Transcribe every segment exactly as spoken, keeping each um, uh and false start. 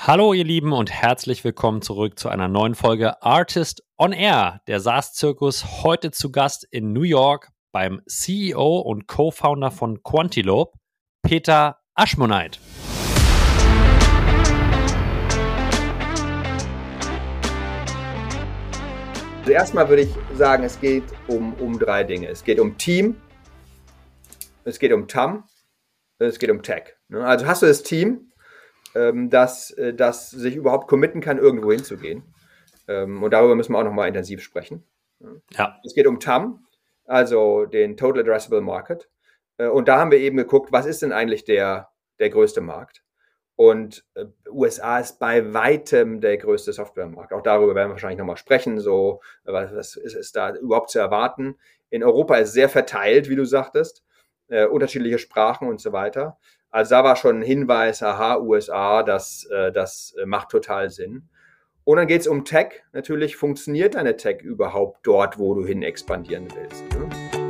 Hallo ihr Lieben und herzlich willkommen zurück zu einer neuen Folge Artist on Air, der SaaS-Zirkus, heute zu Gast in New York beim C E O und Co-Founder von Quantilope, Peter Aschmoneit. Also erstmal würde ich sagen, es geht um, um drei Dinge. Es geht um Team, es geht um T A M, es geht um Tech. Also hast du das Team, das, das sich überhaupt committen kann, irgendwo hinzugehen. Und darüber müssen wir auch nochmal intensiv sprechen. Ja. Es geht um T A M, also den Total Addressable Market. Und da haben wir eben geguckt, was ist denn eigentlich der, der größte Markt? Und äh, U S A ist bei weitem der größte Softwaremarkt. Auch darüber werden wir wahrscheinlich nochmal sprechen. So, was, was ist, ist da überhaupt zu erwarten? In Europa ist es sehr verteilt, wie du sagtest, äh, unterschiedliche Sprachen und so weiter. Also da war schon ein Hinweis, aha, U S A, das, äh, das macht total Sinn. Und dann geht es um Tech. Natürlich, funktioniert deine Tech überhaupt dort, wo du hin expandieren willst? Ne?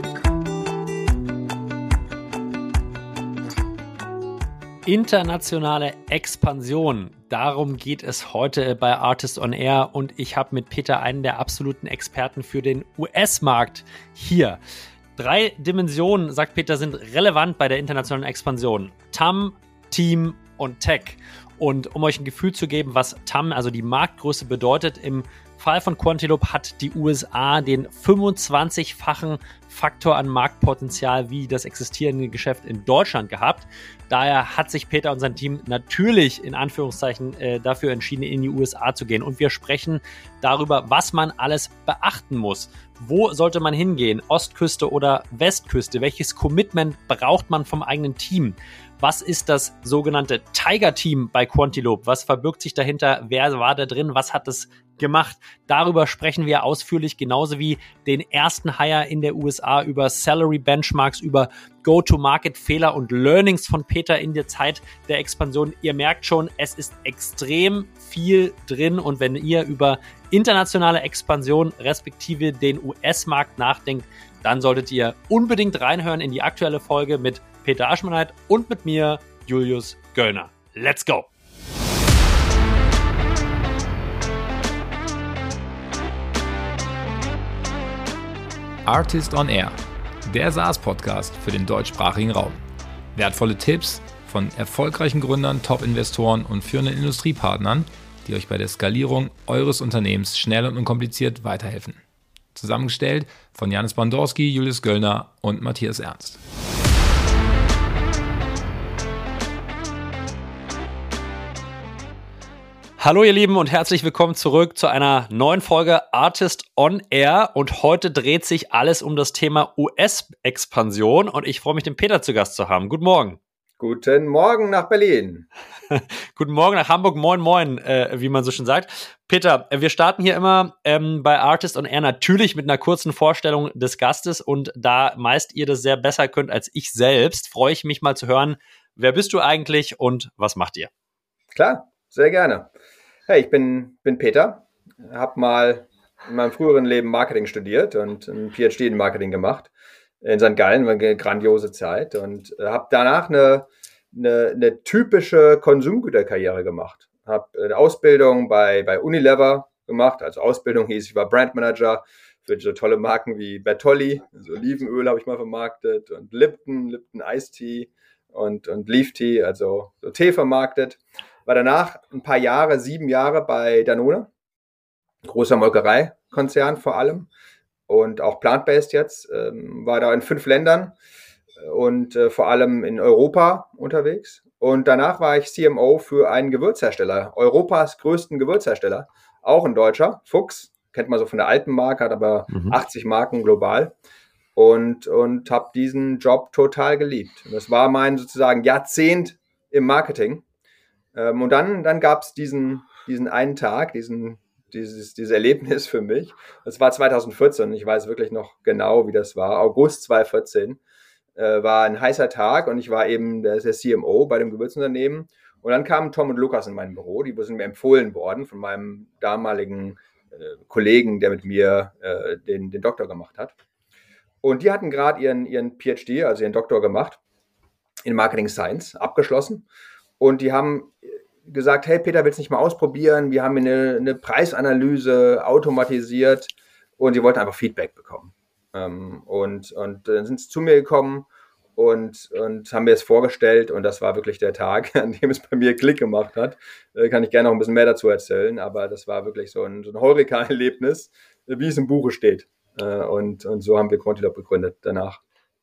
Internationale Expansion. Darum geht es heute bei Artist on Air und ich habe mit Peter einen der absoluten Experten für den U S-Markt hier. Drei Dimensionen, sagt Peter, sind relevant bei der internationalen Expansion. T A M, Team und Tech. Und um euch ein Gefühl zu geben, was T A M, also die Marktgröße, bedeutet, im Fall von Quantilope hat die U S A den fünfundzwanzigfachen Faktor an Marktpotenzial wie das existierende Geschäft in Deutschland gehabt. Daher hat sich Peter und sein Team natürlich in Anführungszeichen äh, dafür entschieden, in die U S A zu gehen. Und wir sprechen darüber, was man alles beachten muss. Wo sollte man hingehen? Ostküste oder Westküste? Welches Commitment braucht man vom eigenen Team? Was ist das sogenannte Tiger-Team bei Quantilope? Was verbirgt sich dahinter? Wer war da drin? Was hat es gemacht? Darüber sprechen wir ausführlich, genauso wie den ersten Hire in der U S A, über Salary Benchmarks, über Go-to-Market-Fehler und Learnings von Peter in der Zeit der Expansion. Ihr merkt schon, es ist extrem viel drin und wenn ihr über internationale Expansion respektive den U S-Markt nachdenkt, dann solltet ihr unbedingt reinhören in die aktuelle Folge mit Peter Aschmoneit und mit mir, Julius Göllner. Let's go! Artist on Air, der SaaS-Podcast für den deutschsprachigen Raum. Wertvolle Tipps von erfolgreichen Gründern, Top-Investoren und führenden Industriepartnern, die euch bei der Skalierung eures Unternehmens schnell und unkompliziert weiterhelfen. Zusammengestellt von Janis Bandorski, Julius Göllner und Matthias Ernst. Hallo ihr Lieben und herzlich willkommen zurück zu einer neuen Folge Artist on Air und heute dreht sich alles um das Thema U S-Expansion und ich freue mich, den Peter zu Gast zu haben. Guten Morgen. Guten Morgen nach Berlin. Guten Morgen nach Hamburg, moin moin, äh, wie man so schön sagt. Peter, wir starten hier immer ähm, bei Artist on Air natürlich mit einer kurzen Vorstellung des Gastes und da meist ihr das sehr besser könnt als ich selbst, freue ich mich mal zu hören, wer bist du eigentlich und was macht ihr? Klar, sehr gerne. Hey, ich bin, bin Peter, habe mal in meinem früheren Leben Marketing studiert und einen P H D in Marketing gemacht in Sankt Gallen, eine grandiose Zeit und habe danach eine, eine, eine typische Konsumgüterkarriere gemacht. Habe eine Ausbildung bei, bei Unilever gemacht, also Ausbildung hieß, ich war Brandmanager für so tolle Marken wie Bertolli, also Olivenöl habe ich mal vermarktet und Lipton, Lipton Iced Tea und, und Leaf Tea, also so Tee vermarktet. War danach ein paar Jahre, sieben Jahre bei Danone, großer Molkereikonzern vor allem und auch plant-based jetzt, ähm, war da in fünf Ländern und äh, vor allem in Europa unterwegs. Und danach war ich C M O für einen Gewürzhersteller, Europas größten Gewürzhersteller, auch ein Deutscher, Fuchs, kennt man so von der alten Marke, hat aber mhm. achtzig Marken global und, und habe diesen Job total geliebt. Und das war mein sozusagen Jahrzehnt im Marketing. Und dann, dann gab es diesen, diesen einen Tag, diesen, dieses, dieses Erlebnis für mich. Das war zwanzig vierzehn, ich weiß wirklich noch genau, wie das war. August zwanzig vierzehn äh, war ein heißer Tag und ich war eben der, der C M O bei dem Gewürzunternehmen. Und dann kamen Tom und Lukas in mein Büro, die sind mir empfohlen worden von meinem damaligen äh, Kollegen, der mit mir äh, den, den Doktor gemacht hat. Und die hatten gerade ihren, ihren P H D, also ihren Doktor gemacht, in Marketing Science, abgeschlossen. Und die haben gesagt, hey Peter, willst du nicht mal ausprobieren? Wir haben eine, eine Preisanalyse automatisiert und sie wollten einfach Feedback bekommen. Ähm, und, und dann sind sie zu mir gekommen und, und haben mir es vorgestellt und das war wirklich der Tag, an dem es bei mir Klick gemacht hat. Äh, kann ich gerne noch ein bisschen mehr dazu erzählen, aber das war wirklich so ein, so ein Heureka-Erlebnis, wie es im Buche steht. Äh, und, und so haben wir Quantilab gegründet danach.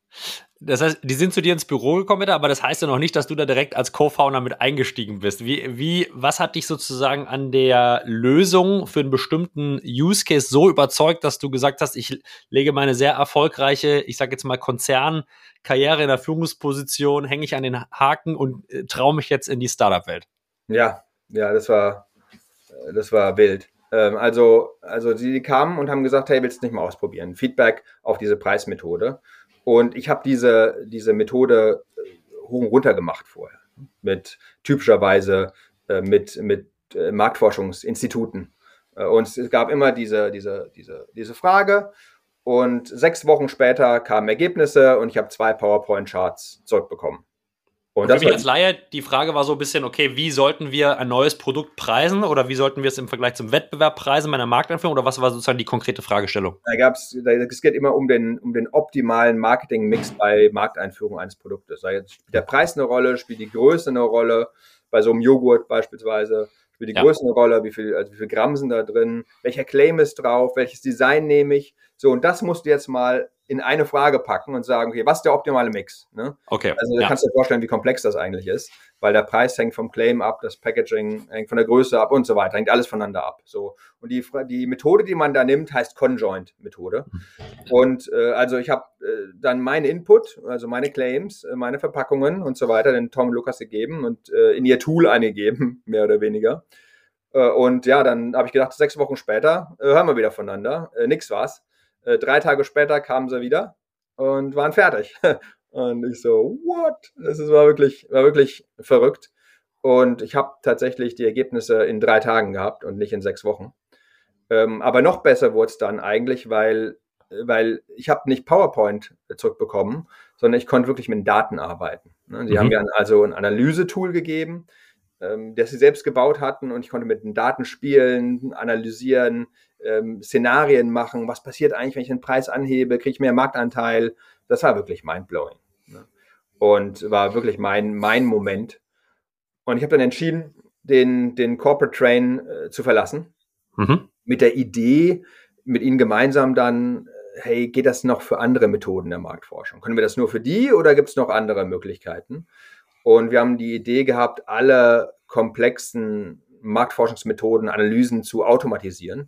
Das heißt, die sind zu dir ins Büro gekommen, aber das heißt ja noch nicht, dass du da direkt als Co-Founder mit eingestiegen bist. Wie, wie, was hat dich sozusagen an der Lösung für einen bestimmten Use Case so überzeugt, dass du gesagt hast, ich lege meine sehr erfolgreiche, ich sage jetzt mal Konzernkarriere in der Führungsposition, hänge ich an den Haken und äh, traue mich jetzt in die Startup-Welt? Ja, ja, das war, das war wild. Ähm, also, also sie kamen und haben gesagt, hey, willst du nicht mal ausprobieren? Feedback auf diese Preismethode. Und ich habe diese, diese Methode hoch und runter gemacht vorher. Mit typischerweise äh, mit, mit äh, Marktforschungsinstituten. Äh, und es gab immer diese, diese, diese, diese Frage. Und sechs Wochen später kamen Ergebnisse und ich habe zwei PowerPoint-Charts zurückbekommen. Und, und für mich als Laie, die Frage war so ein bisschen, okay, wie sollten wir ein neues Produkt preisen oder wie sollten wir es im Vergleich zum Wettbewerb preisen bei einer Markteinführung oder was war sozusagen die konkrete Fragestellung? Da gab's, es geht immer um den, um den optimalen Marketing-Mix bei Markteinführung eines Produktes. Da spielt der Preis eine Rolle, spielt die Größe eine Rolle, bei so einem Joghurt beispielsweise, spielt die ja. Größe eine Rolle, wie viel, also wie viel Gramm sind da drin, welcher Claim ist drauf, welches Design nehme ich. So, und das musst du jetzt mal in eine Frage packen und sagen, okay, was ist der optimale Mix? Ne? Okay. Also du ja. kannst dir vorstellen, wie komplex das eigentlich ist, weil der Preis hängt vom Claim ab, das Packaging hängt von der Größe ab und so weiter, hängt alles voneinander ab. So. Und die, die Methode, die man da nimmt, heißt Conjoint-Methode. Und äh, also ich habe äh, dann meinen Input, also meine Claims, äh, meine Verpackungen und so weiter, den Tom und Lukas gegeben und äh, in ihr Tool eingegeben, mehr oder weniger. Äh, und ja, dann habe ich gedacht, sechs Wochen später äh, hören wir wieder voneinander. Äh, nix war's. Äh, drei Tage später kamen sie wieder und waren fertig. Und ich so, what? Das ist, war wirklich, war wirklich verrückt. Und ich habe tatsächlich die Ergebnisse in drei Tagen gehabt und nicht in sechs Wochen. Ähm, aber noch besser wurde es dann eigentlich, weil, weil ich habe nicht PowerPoint zurückbekommen, sondern ich konnte wirklich mit Daten arbeiten. Ne? Sie mhm. haben mir also ein Analyse-Tool gegeben, ähm, das sie selbst gebaut hatten und ich konnte mit den Daten spielen, analysieren, ähm, Szenarien machen. Was passiert eigentlich, wenn ich den Preis anhebe? Kriege ich mehr Marktanteil? Das war wirklich mindblowing. Ne? Und war wirklich mein, mein Moment. Und ich habe dann entschieden, den, den Corporate Train äh, zu verlassen. Mhm. Mit der Idee, mit ihnen gemeinsam dann, hey, geht das noch für andere Methoden der Marktforschung? Können wir das nur für die oder gibt es noch andere Möglichkeiten? Und wir haben die Idee gehabt, alle komplexen Marktforschungsmethoden, Analysen zu automatisieren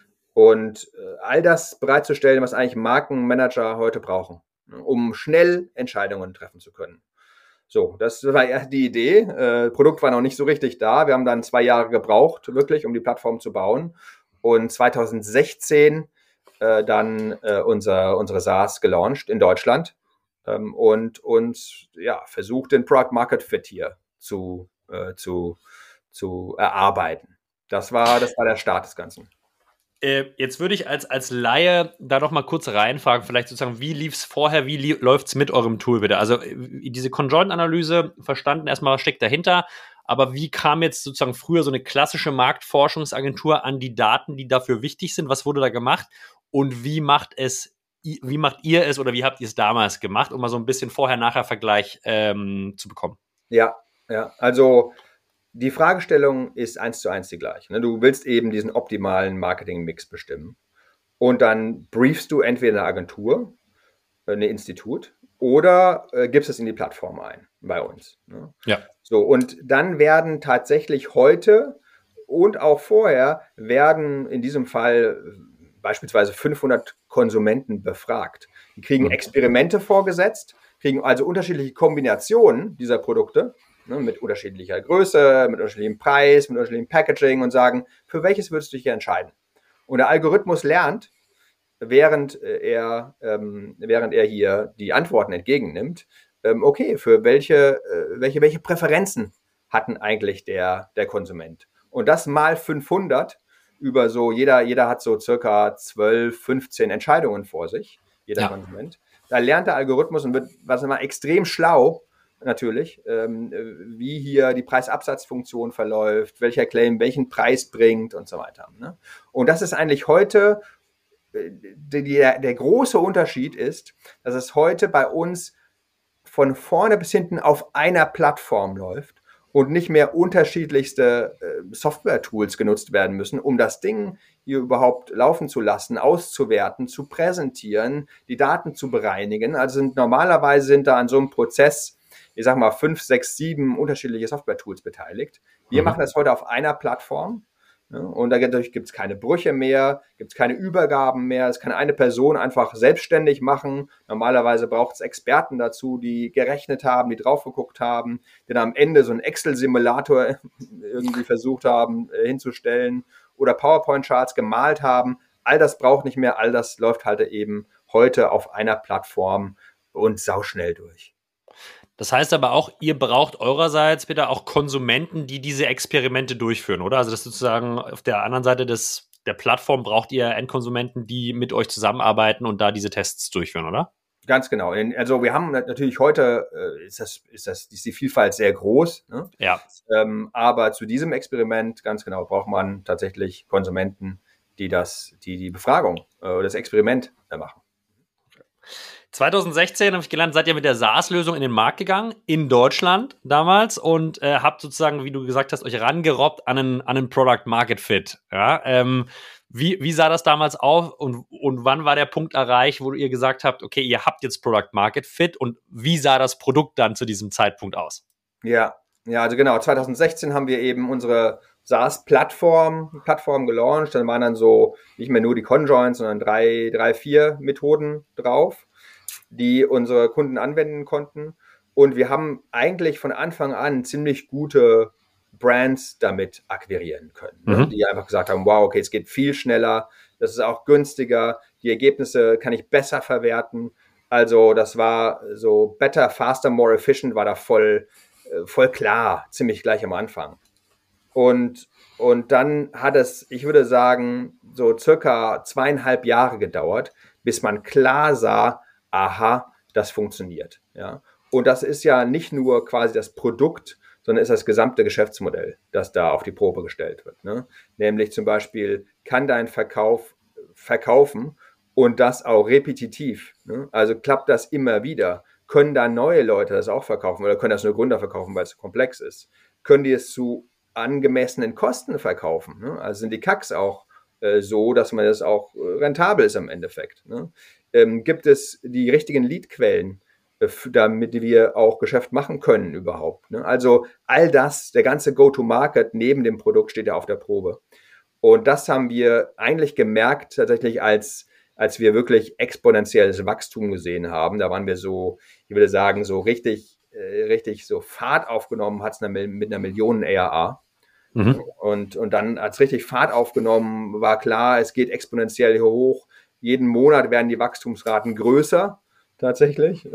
und äh, all das bereitzustellen, was eigentlich Markenmanager heute brauchen, um schnell Entscheidungen treffen zu können. So, das war ja die Idee. Äh, Produkt war noch nicht so richtig da. Wir haben dann zwei Jahre gebraucht, wirklich, um die Plattform zu bauen. Und zwanzig sechzehn äh, dann äh, unser, unsere SaaS gelauncht in Deutschland ähm, und uns ja, versucht, den Product Market Fit hier zu, äh, zu, zu erarbeiten. Das war, das war der Start des Ganzen. Jetzt würde ich als, als Laie da noch mal kurz reinfragen, vielleicht sozusagen, wie lief es vorher, wie lief, läuft es mit eurem Tool bitte? Also diese Conjoint-Analyse, verstanden erstmal, was steckt dahinter, aber wie kam jetzt sozusagen früher so eine klassische Marktforschungsagentur an die Daten, die dafür wichtig sind? Was wurde da gemacht und wie macht es, wie macht ihr es oder wie habt ihr es damals gemacht, um mal so ein bisschen Vorher-Nachher-Vergleich ähm, zu bekommen? Ja, ja, also die Fragestellung ist eins zu eins die gleiche. Du willst eben diesen optimalen Marketing-Mix bestimmen und dann briefst du entweder eine Agentur, ein Institut oder äh, gibst es in die Plattform ein bei uns. Ne? Ja. So, und dann werden tatsächlich heute und auch vorher werden in diesem Fall beispielsweise fünfhundert Konsumenten befragt. Die kriegen Experimente vorgesetzt, kriegen also unterschiedliche Kombinationen dieser Produkte, ne, mit unterschiedlicher Größe, mit unterschiedlichem Preis, mit unterschiedlichem Packaging und sagen, für welches würdest du dich hier entscheiden? Und der Algorithmus lernt, während er, ähm, während er hier die Antworten entgegennimmt, ähm, okay, für welche, äh, welche, welche Präferenzen hatten eigentlich der, der Konsument? Und das mal fünfhundert über so, jeder, jeder hat so circa zwölf, fünfzehn Entscheidungen vor sich, jeder ja. Konsument. Da lernt der Algorithmus und wird, was immer, extrem schlau, natürlich, ähm, wie hier die Preisabsatzfunktion verläuft, welcher Claim welchen Preis bringt und so weiter. Ne? Und das ist eigentlich heute, äh, der, der große Unterschied ist, dass es heute bei uns von vorne bis hinten auf einer Plattform läuft und nicht mehr unterschiedlichste äh, Software-Tools genutzt werden müssen, um das Ding hier überhaupt laufen zu lassen, auszuwerten, zu präsentieren, die Daten zu bereinigen. Also sind, normalerweise sind da an so einem Prozess, ich sag mal, fünf, sechs, sieben unterschiedliche Software-Tools beteiligt. Wir mhm. machen das heute auf einer Plattform. Und dadurch gibt es keine Brüche mehr, gibt es keine Übergaben mehr. Es kann eine Person einfach selbstständig machen. Normalerweise braucht es Experten dazu, die gerechnet haben, die drauf geguckt haben, die dann am Ende so einen Excel-Simulator irgendwie versucht haben äh, hinzustellen oder PowerPoint-Charts gemalt haben. All das braucht nicht mehr. All das läuft halt eben heute auf einer Plattform und sauschnell durch. Das heißt aber auch, ihr braucht eurerseits bitte auch Konsumenten, die diese Experimente durchführen, oder? Also das ist sozusagen auf der anderen Seite des, der Plattform braucht ihr Endkonsumenten, die mit euch zusammenarbeiten und da diese Tests durchführen, oder? Ganz genau. Also wir haben natürlich heute, äh, ist das, ist das, ist die Vielfalt sehr groß. Ne? Ja. Ähm, aber zu diesem Experiment, ganz genau, braucht man tatsächlich Konsumenten, die das, die die Befragung, äh, das Experiment äh, machen. zwanzig sechzehn, habe ich gelernt, seid ihr mit der SaaS-Lösung in den Markt gegangen, in Deutschland damals, und äh, habt sozusagen, wie du gesagt hast, euch rangerobbt an einen, an einen Product-Market-Fit. Ja? Ähm, wie, wie sah das damals aus und, und wann war der Punkt erreicht, wo ihr gesagt habt, okay, ihr habt jetzt Product-Market-Fit, und wie sah das Produkt dann zu diesem Zeitpunkt aus? Ja, ja, also genau, zwanzig sechzehn haben wir eben unsere SaaS-Plattform Plattform gelauncht. Dann waren dann so nicht mehr nur die Conjoins, sondern drei, drei, vier Methoden drauf, die unsere Kunden anwenden konnten. Und wir haben eigentlich von Anfang an ziemlich gute Brands damit akquirieren können, mhm. ne? Die einfach gesagt haben, wow, okay, es geht viel schneller, das ist auch günstiger, die Ergebnisse kann ich besser verwerten. Also das war so better, faster, more efficient, war da voll, voll klar, ziemlich gleich am Anfang. Und, und dann hat es, ich würde sagen, so circa zweieinhalb Jahre gedauert, bis man klar sah, aha, das funktioniert. Ja. Und das ist ja nicht nur quasi das Produkt, sondern ist das gesamte Geschäftsmodell, das da auf die Probe gestellt wird. Ne? Nämlich zum Beispiel, kann dein Verkauf verkaufen und das auch repetitiv. Ne? Also klappt das immer wieder. Können da neue Leute das auch verkaufen oder können das nur Gründer verkaufen, weil es so komplex ist? Können die es zu angemessenen Kosten verkaufen? Ne? Also sind die C A Cs auch äh, so, dass man das auch äh, rentabel ist im Endeffekt. Ne? Ähm, gibt es die richtigen Leadquellen, äh, damit wir auch Geschäft machen können überhaupt? Ne? Also all das, der ganze Go-to-Market neben dem Produkt steht ja auf der Probe. Und das haben wir eigentlich gemerkt, tatsächlich als, als wir wirklich exponentielles Wachstum gesehen haben. Da waren wir so, ich würde sagen, so richtig, äh, richtig so Fahrt aufgenommen hat es mit einer Millionen A R A. Mhm. Und, und dann hat es richtig Fahrt aufgenommen, war klar, es geht exponentiell hoch. Jeden Monat werden die Wachstumsraten größer, tatsächlich.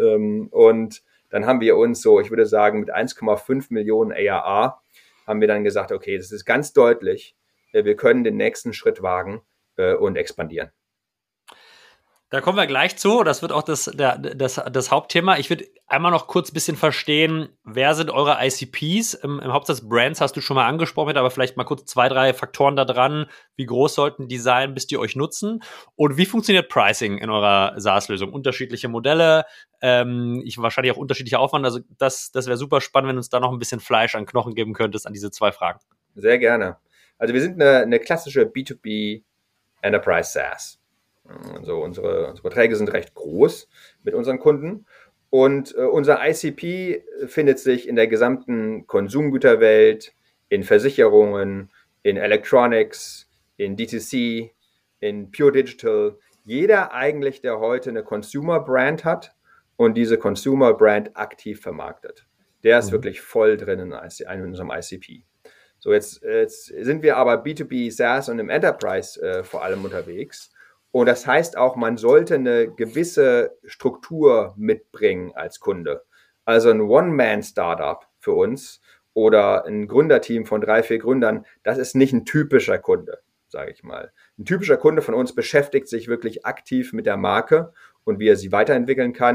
Und dann haben wir uns so, ich würde sagen, mit eins Komma fünf Millionen A R A haben wir dann gesagt, okay, das ist ganz deutlich, wir können den nächsten Schritt wagen und expandieren. Da kommen wir gleich zu. Das wird auch das, der, das, das Hauptthema. Ich würde einmal noch kurz ein bisschen verstehen, wer sind eure I C Ps? Im, im Hauptsatz Brands hast du schon mal angesprochen, aber vielleicht mal kurz zwei, drei Faktoren da dran. Wie groß sollten die sein, bis die euch nutzen? Und wie funktioniert Pricing in eurer SaaS-Lösung? Unterschiedliche Modelle, ähm, ich wahrscheinlich auch unterschiedlicher Aufwand. Also das, das wäre super spannend, wenn du uns da noch ein bisschen Fleisch an Knochen geben könntest an diese zwei Fragen. Sehr gerne. Also wir sind eine, eine klassische B zwei B Enterprise SaaS. Also unsere, unsere Beträge sind recht groß mit unseren Kunden und äh, unser I C P findet sich in der gesamten Konsumgüterwelt, in Versicherungen, in Electronics, in D zwei C, in Pure Digital. Jeder eigentlich, der heute eine Consumer Brand hat und diese Consumer Brand aktiv vermarktet, der ist mhm. wirklich voll drin in, in unserem I C P. So, jetzt, jetzt sind wir aber B zwei B SaaS und im Enterprise äh, vor allem unterwegs. Und das heißt auch, man sollte eine gewisse Struktur mitbringen als Kunde. Also ein One-Man-Startup für uns oder ein Gründerteam von drei, vier Gründern, das ist nicht ein typischer Kunde, sage ich mal. Ein typischer Kunde von uns beschäftigt sich wirklich aktiv mit der Marke und wie er sie weiterentwickeln kann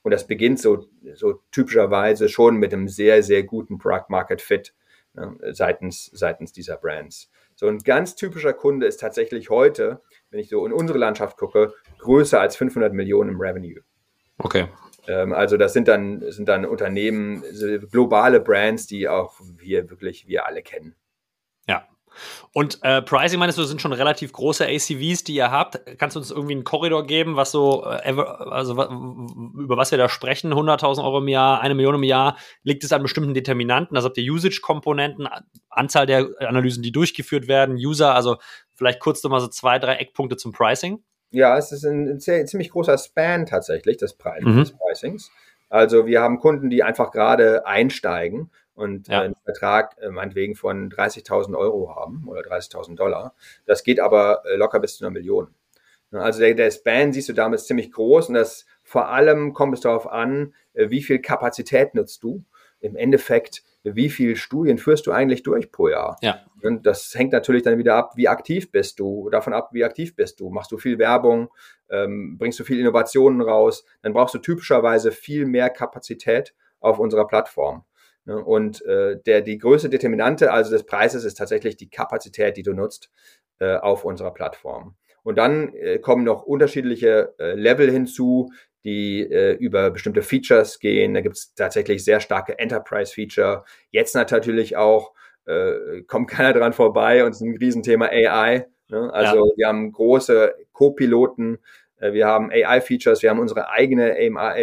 Und das beginnt so, so typischerweise schon mit einem sehr, sehr guten Product-Market-Fit, ne, seitens, seitens dieser Brands. So ein ganz typischer Kunde ist tatsächlich heute, wenn ich so in unsere Landschaft gucke, größer als fünfhundert Millionen im Revenue. Okay. Ähm, also das sind dann, sind dann Unternehmen, globale Brands, die auch wir wirklich, wir alle kennen. Ja. Und äh, Pricing, meinst du, sind schon relativ große A C Vs, die ihr habt. Kannst du uns irgendwie einen Korridor geben, was so, äh, also über was wir da sprechen? hunderttausend Euro im Jahr, eine Million im Jahr? Liegt es an bestimmten Determinanten? Also habt ihr Usage-Komponenten, Anzahl der Analysen, die durchgeführt werden, User? Also vielleicht kurz nochmal so zwei, drei Eckpunkte zum Pricing. Ja, es ist ein, ein sehr, ziemlich großer Span tatsächlich des, Preis, Mhm. des Pricings. Also wir haben Kunden, die einfach gerade einsteigen und Ja. äh, einen Vertrag äh, meinetwegen von dreißigtausend Euro haben oder dreißigtausend Dollar. Das geht aber äh, locker bis zu einer Million. Also der, der Span siehst du damit ist ziemlich groß und das vor allem kommt es darauf an, äh, wie viel Kapazität nutzt du. Im Endeffekt, wie viele Studien führst du eigentlich durch pro Jahr? Ja. Und das hängt natürlich dann wieder ab, wie aktiv bist du, davon ab, wie aktiv bist du. Machst du viel Werbung, ähm, bringst du viel Innovationen raus, dann brauchst du typischerweise viel mehr Kapazität auf unserer Plattform. Ne? Und äh, der, die größte Determinante also des Preises ist tatsächlich die Kapazität, die du nutzt äh, auf unserer Plattform. Und dann äh, kommen noch unterschiedliche äh, Level hinzu, die äh, über bestimmte Features gehen. Da gibt es tatsächlich sehr starke Enterprise-Feature. Jetzt natürlich auch, äh, kommt keiner dran vorbei und es ist ein Riesenthema A I. Ne? Also ja. Wir haben große Co-Piloten, äh, wir haben A I-Features, wir haben unsere eigene A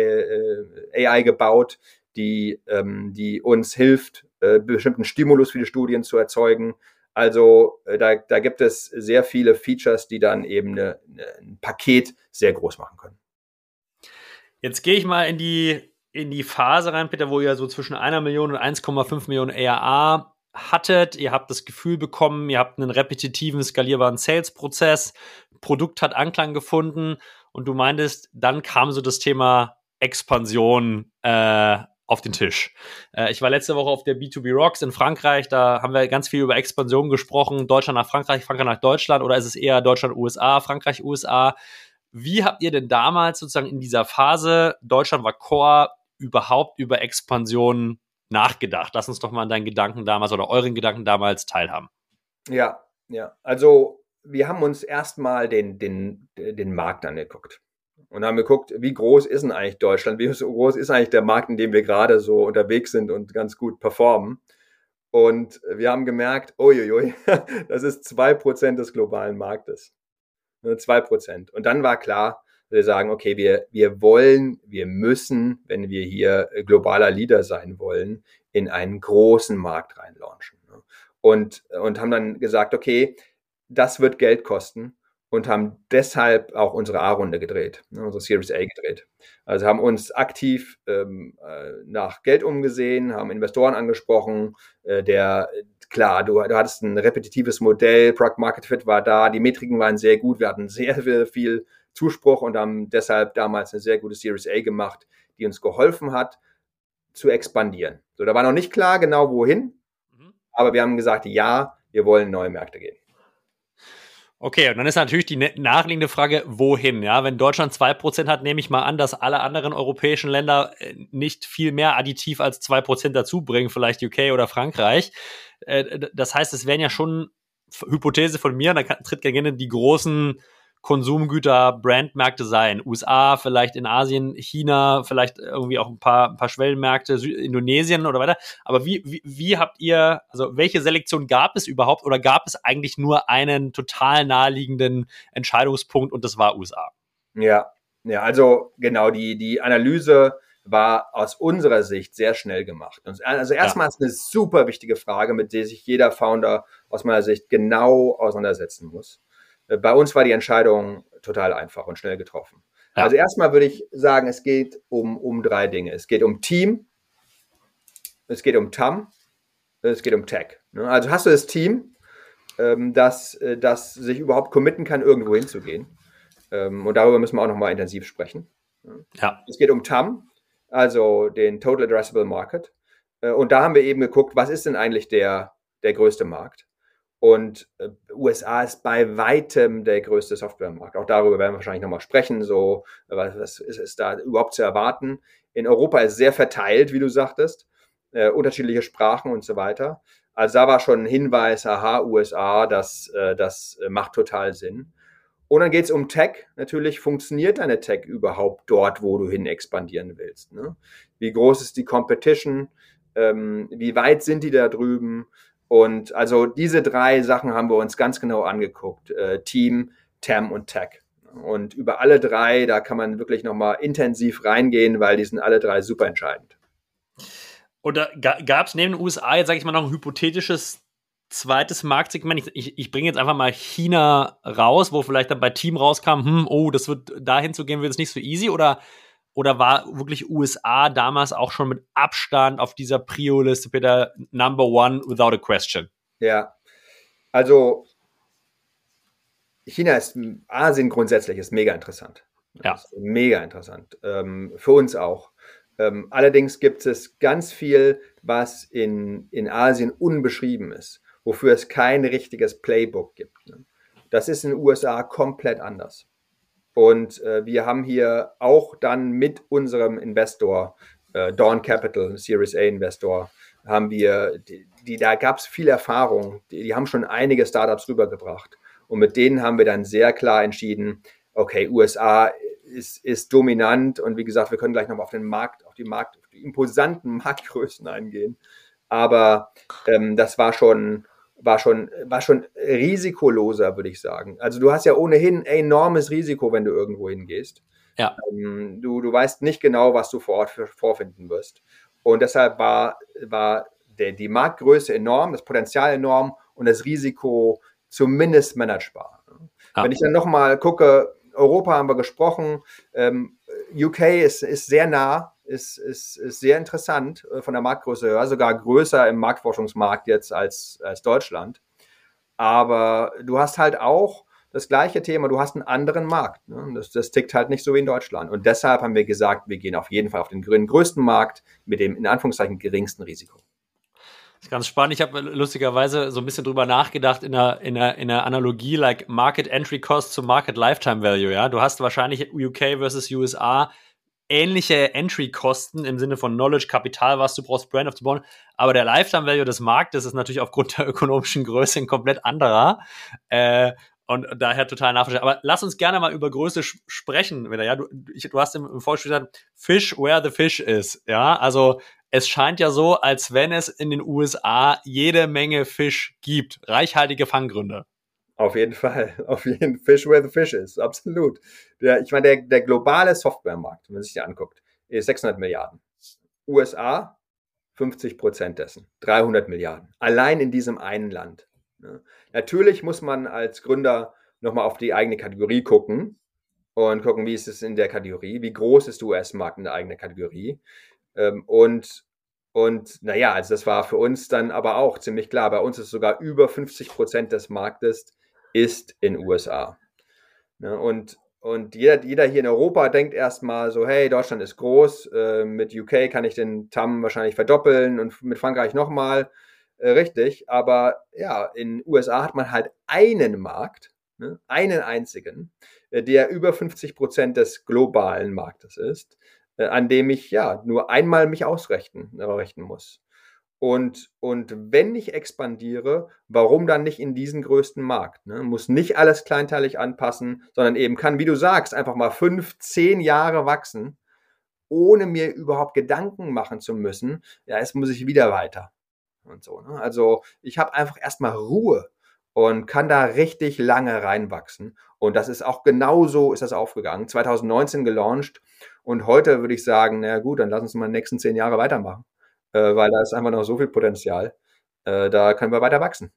I gebaut, die, ähm, die uns hilft, äh, bestimmten Stimulus für die Studien zu erzeugen. Also äh, da, da gibt es sehr viele Features, die dann eben eine, eine, ein Paket sehr groß machen können. Jetzt gehe ich mal in die, in die Phase rein, Peter, wo ihr so zwischen einer Million und eins Komma fünf Millionen A R A hattet. Ihr habt das Gefühl bekommen, ihr habt einen repetitiven, skalierbaren Sales-Prozess. Produkt hat Anklang gefunden und du meintest, dann kam so das Thema Expansion äh, auf den Tisch. Äh, ich war letzte Woche auf der B zwei B Rocks in Frankreich, da haben wir ganz viel über Expansion gesprochen, Deutschland nach Frankreich, Frankreich nach Deutschland, oder ist es eher Deutschland, U S A, Frankreich, U S A? Wie habt ihr denn damals sozusagen in dieser Phase, Deutschland war Core, überhaupt über Expansion nachgedacht? Lass uns doch mal an deinen Gedanken damals oder euren Gedanken damals teilhaben. Ja, ja. Also wir haben uns erstmal den, den, den Markt angeguckt und haben geguckt, wie groß ist denn eigentlich Deutschland? Wie groß ist eigentlich der Markt, in dem wir gerade so unterwegs sind und ganz gut performen? Und wir haben gemerkt, uiuiui, das ist zwei Prozent des globalen Marktes. zwei Prozent. Und dann war klar, wir sagen, okay, wir, wir wollen, wir müssen, wenn wir hier globaler Leader sein wollen, in einen großen Markt reinlaunchen. Und, und haben dann gesagt, okay, das wird Geld kosten und haben deshalb auch unsere A-Runde gedreht, unsere Series A gedreht. Also haben uns aktiv ähm, nach Geld umgesehen, haben Investoren angesprochen, äh, der Klar, du, du hattest ein repetitives Modell, Product Market Fit war da, die Metriken waren sehr gut, wir hatten sehr, sehr viel Zuspruch und haben deshalb damals eine sehr gute Series A gemacht, die uns geholfen hat, zu expandieren. So, da war noch nicht klar genau wohin, mhm. aber wir haben gesagt, ja, wir wollen in neue Märkte gehen. Okay, und dann ist natürlich die nachliegende Frage, wohin? Ja, wenn Deutschland zwei Prozent hat, nehme ich mal an, dass alle anderen europäischen Länder nicht viel mehr additiv als zwei Prozent dazu bringen, vielleicht U K oder Frankreich. Das heißt, es wären ja schon, Hypothese von mir, da tritt gerne die großen Konsumgüter-Brandmärkte sein. U S A, vielleicht in Asien, China, vielleicht irgendwie auch ein paar, ein paar Schwellenmärkte, Indonesien oder weiter. Aber wie, wie, wie habt ihr, also welche Selektion gab es überhaupt oder gab es eigentlich nur einen total naheliegenden Entscheidungspunkt und das war U S A? Ja, ja, also genau, die, die Analyse war aus unserer Sicht sehr schnell gemacht. Also erstmal ja. ist eine super wichtige Frage, mit der sich jeder Founder aus meiner Sicht genau auseinandersetzen muss. Bei uns war die Entscheidung total einfach und schnell getroffen. Ja. Also erstmal würde ich sagen, es geht um, um drei Dinge. Es geht um Team, es geht um T A M, es geht um Tech. Also hast du das Team, das, das sich überhaupt committen kann, irgendwo hinzugehen. Und darüber müssen wir auch nochmal intensiv sprechen. Ja. Es geht um T A M, also den Total Addressable Market. Und da haben wir eben geguckt, was ist denn eigentlich der, der größte Markt? Und äh, U S A ist bei weitem der größte Softwaremarkt. Auch darüber werden wir wahrscheinlich nochmal sprechen. So, was, was ist, ist da überhaupt zu erwarten? In Europa ist sehr verteilt, wie du sagtest, äh, unterschiedliche Sprachen und so weiter. Also da war schon ein Hinweis, aha, U S A, das, äh, das macht total Sinn. Und dann geht es um Tech. Natürlich, funktioniert deine Tech überhaupt dort, wo du hin expandieren willst? Ne? Wie groß ist die Competition? Ähm, wie weit sind die da drüben? Und also diese drei Sachen haben wir uns ganz genau angeguckt. Äh, Team, T A M und Tech. Und über alle drei, da kann man wirklich nochmal intensiv reingehen, weil die sind alle drei super entscheidend. Oder gab es neben den U S A jetzt, sage ich mal, noch ein hypothetisches zweites Marktsegment? Ich, ich, ich bringe jetzt einfach mal China raus, wo vielleicht dann bei Team rauskam, hm, oh, das wird dahin zu gehen, wird es nicht so easy. Oder, oder war wirklich U S A damals auch schon mit Abstand auf dieser Prio-Liste, Peter, Number One without a question? Ja, also China ist, Asien grundsätzlich ist mega interessant. Ja. Ist mega interessant. Ähm, für uns auch. Ähm, allerdings gibt es ganz viel, was in, in Asien unbeschrieben ist, wofür es kein richtiges Playbook gibt. Ne? Das ist in den U S A komplett anders. Und äh, wir haben hier auch dann mit unserem Investor, äh, Dawn Capital, Series A Investor, haben wir, die, die da gab es viel Erfahrung. Die, die haben schon einige Startups rübergebracht. Und mit denen haben wir dann sehr klar entschieden, okay, U S A ist, ist dominant. Und wie gesagt, wir können gleich nochmal auf den Markt, auf die Markt, auf die imposanten Marktgrößen eingehen. Aber ähm, das war schon, war schon, war schon risikoloser, würde ich sagen. Also du hast ja ohnehin enormes Risiko, wenn du irgendwo hingehst. Ja. Ähm, du, du weißt nicht genau, was du vor Ort für, vorfinden wirst. Und deshalb war, war der, die Marktgröße enorm, das Potenzial enorm und das Risiko zumindest managebar. Ja. Wenn ich dann nochmal gucke, Europa haben wir gesprochen, ähm, U K ist, ist sehr nah, ist, ist, ist sehr interessant äh, von der Marktgröße her, sogar größer im Marktforschungsmarkt jetzt als, als Deutschland. Aber du hast halt auch das gleiche Thema, du hast einen anderen Markt. Ne? Das, das tickt halt nicht so wie in Deutschland. Und deshalb haben wir gesagt, wir gehen auf jeden Fall auf den größten Markt mit dem in Anführungszeichen geringsten Risiko. Das ist ganz spannend. Ich habe lustigerweise so ein bisschen drüber nachgedacht in der, in der, in der Analogie, like Market Entry Cost zu Market Lifetime Value. Ja, du hast wahrscheinlich U K versus U S A ähnliche Entry-Kosten im Sinne von Knowledge, Kapital, was du brauchst, Brand aufzubauen. Aber der Lifetime Value des Marktes ist natürlich aufgrund der ökonomischen Größe ein komplett anderer. Äh, und daher total nachvollziehbar. Aber lass uns gerne mal über Größe sch- sprechen. Ja, du, ich, du hast im, im Vorspiel gesagt, Fish where the fish is. Ja, also es scheint ja so, als wenn es in den U S A jede Menge Fisch gibt. Reichhaltige Fanggründe. Auf jeden Fall. Auf jeden Fish where the fish is. Absolut. Der, ich meine, der, der globale Softwaremarkt, wenn man sich den anguckt, ist sechshundert Milliarden. U S A fünfzig Prozent dessen. dreihundert Milliarden. Allein in diesem einen Land. Ja. Natürlich muss man als Gründer nochmal auf die eigene Kategorie gucken und gucken, wie ist es in der Kategorie, wie groß ist der U S-Markt in der eigenen Kategorie. Ähm, und, und naja, also das war für uns dann aber auch ziemlich klar. Bei uns ist sogar über fünfzig Prozent des Marktes ist in U S A. Ja, und, und jeder, jeder hier in Europa denkt erstmal so, hey, Deutschland ist groß, äh, mit U K kann ich den T A M wahrscheinlich verdoppeln und mit Frankreich nochmal. Äh, richtig, aber ja, in U S A hat man halt einen Markt, ne, einen einzigen, äh, der über fünfzig Prozent des globalen Marktes ist, äh, an dem ich ja nur einmal mich ausrechnen äh, rechnen muss. Und, und wenn ich expandiere, warum dann nicht in diesen größten Markt? Ne? Muss nicht alles kleinteilig anpassen, sondern eben kann, wie du sagst, einfach mal fünf, zehn Jahre wachsen, ohne mir überhaupt Gedanken machen zu müssen. Ja, jetzt muss ich wieder weiter. Und so. Ne? Also ich habe einfach erstmal Ruhe und kann da richtig lange reinwachsen. Und das ist auch genauso ist das aufgegangen. zwanzig neunzehn gelauncht und heute würde ich sagen, na gut, dann lass uns mal die nächsten zehn Jahre weitermachen. Äh, weil da ist einfach noch so viel Potenzial. Äh, da können wir weiter wachsen.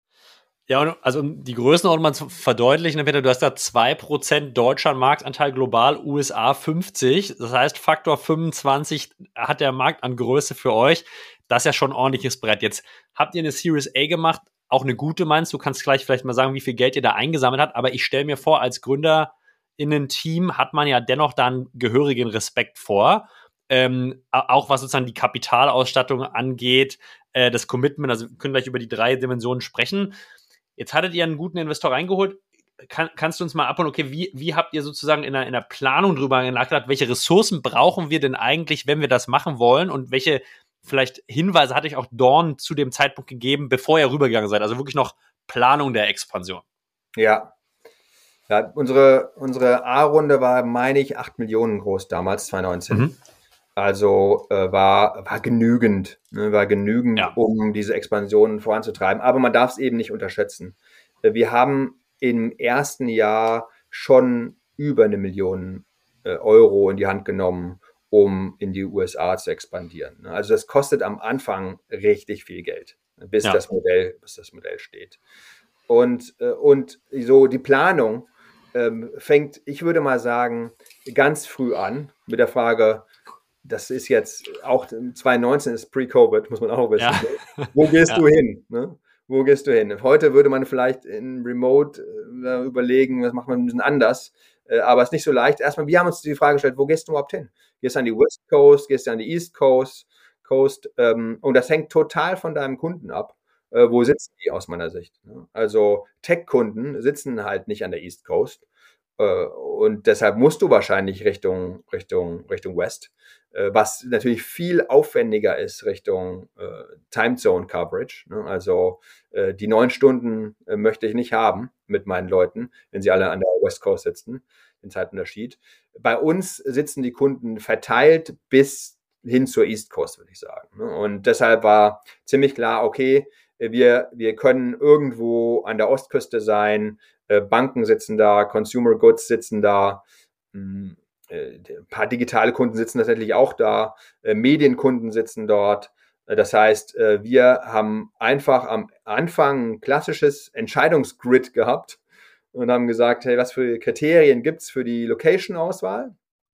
Ja, und also um die Größenordnung mal zu verdeutlichen, Peter, du hast da zwei Prozent deutscher Marktanteil global, U S A fünfzig. Das heißt, Faktor fünfundzwanzig hat der Markt an Größe für euch. Das ist ja schon ein ordentliches Brett. Jetzt habt ihr eine Series A gemacht, auch eine gute meinst du. Du kannst gleich vielleicht mal sagen, wie viel Geld ihr da eingesammelt habt. Aber ich stelle mir vor, als Gründer in einem Team hat man ja dennoch dann gehörigen Respekt vor. Ähm, auch was sozusagen die Kapitalausstattung angeht, äh, das Commitment, also wir können gleich über die drei Dimensionen sprechen. Jetzt hattet ihr einen guten Investor reingeholt. Kann, kannst du uns mal abholen, okay, wie, wie habt ihr sozusagen in der, in der Planung drüber nachgedacht, welche Ressourcen brauchen wir denn eigentlich, wenn wir das machen wollen und welche vielleicht Hinweise hatte ich auch Dawn zu dem Zeitpunkt gegeben, bevor ihr rübergegangen seid, also wirklich noch Planung der Expansion? Ja, ja unsere, unsere A-Runde war, meine ich, acht Millionen groß damals, zwanzig neunzehn. Mhm. Also äh, war, war genügend, ne, war genügend, ja. um diese Expansion voranzutreiben, aber man darf es eben nicht unterschätzen. Wir haben im ersten Jahr schon über eine Million äh, Euro in die Hand genommen, um in die U S A zu expandieren. Also das kostet am Anfang richtig viel Geld, bis ja. das Modell, bis das Modell steht. Und, äh, und so die Planung ähm, fängt, ich würde mal sagen, ganz früh an mit der Frage, das ist jetzt auch zwanzig neunzehn ist Pre-Covid, muss man auch wissen. Ja. Wo gehst ja. du hin? Ne? Wo gehst du hin? Heute würde man vielleicht in Remote äh, überlegen, was macht man ein bisschen anders, äh, aber es ist nicht so leicht. Erstmal, wir haben uns die Frage gestellt, wo gehst du überhaupt hin? Gehst du an die West Coast, gehst du an die East Coast, Coast ähm, und das hängt total von deinem Kunden ab. Äh, wo sitzen die aus meiner Sicht? Ne? Also Tech-Kunden sitzen halt nicht an der East Coast äh, und deshalb musst du wahrscheinlich Richtung, Richtung, Richtung West, äh, was natürlich viel aufwendiger ist Richtung äh, Time Zone Coverage. Ne? Also äh, die neun Stunden äh, möchte ich nicht haben mit meinen Leuten, wenn sie alle an der West Coast sitzen, den Zeitunterschied. Bei uns sitzen die Kunden verteilt bis hin zur East Coast, würde ich sagen. Ne? Und deshalb war ziemlich klar, okay, wir, wir können irgendwo an der Ostküste sein, äh, Banken sitzen da, Consumer Goods sitzen da, mh, ein paar digitale Kunden sitzen tatsächlich auch da, äh, Medienkunden sitzen dort. Äh, das heißt, äh, wir haben einfach am Anfang ein klassisches Entscheidungsgrid gehabt und haben gesagt, hey, was für Kriterien gibt es für die Location-Auswahl?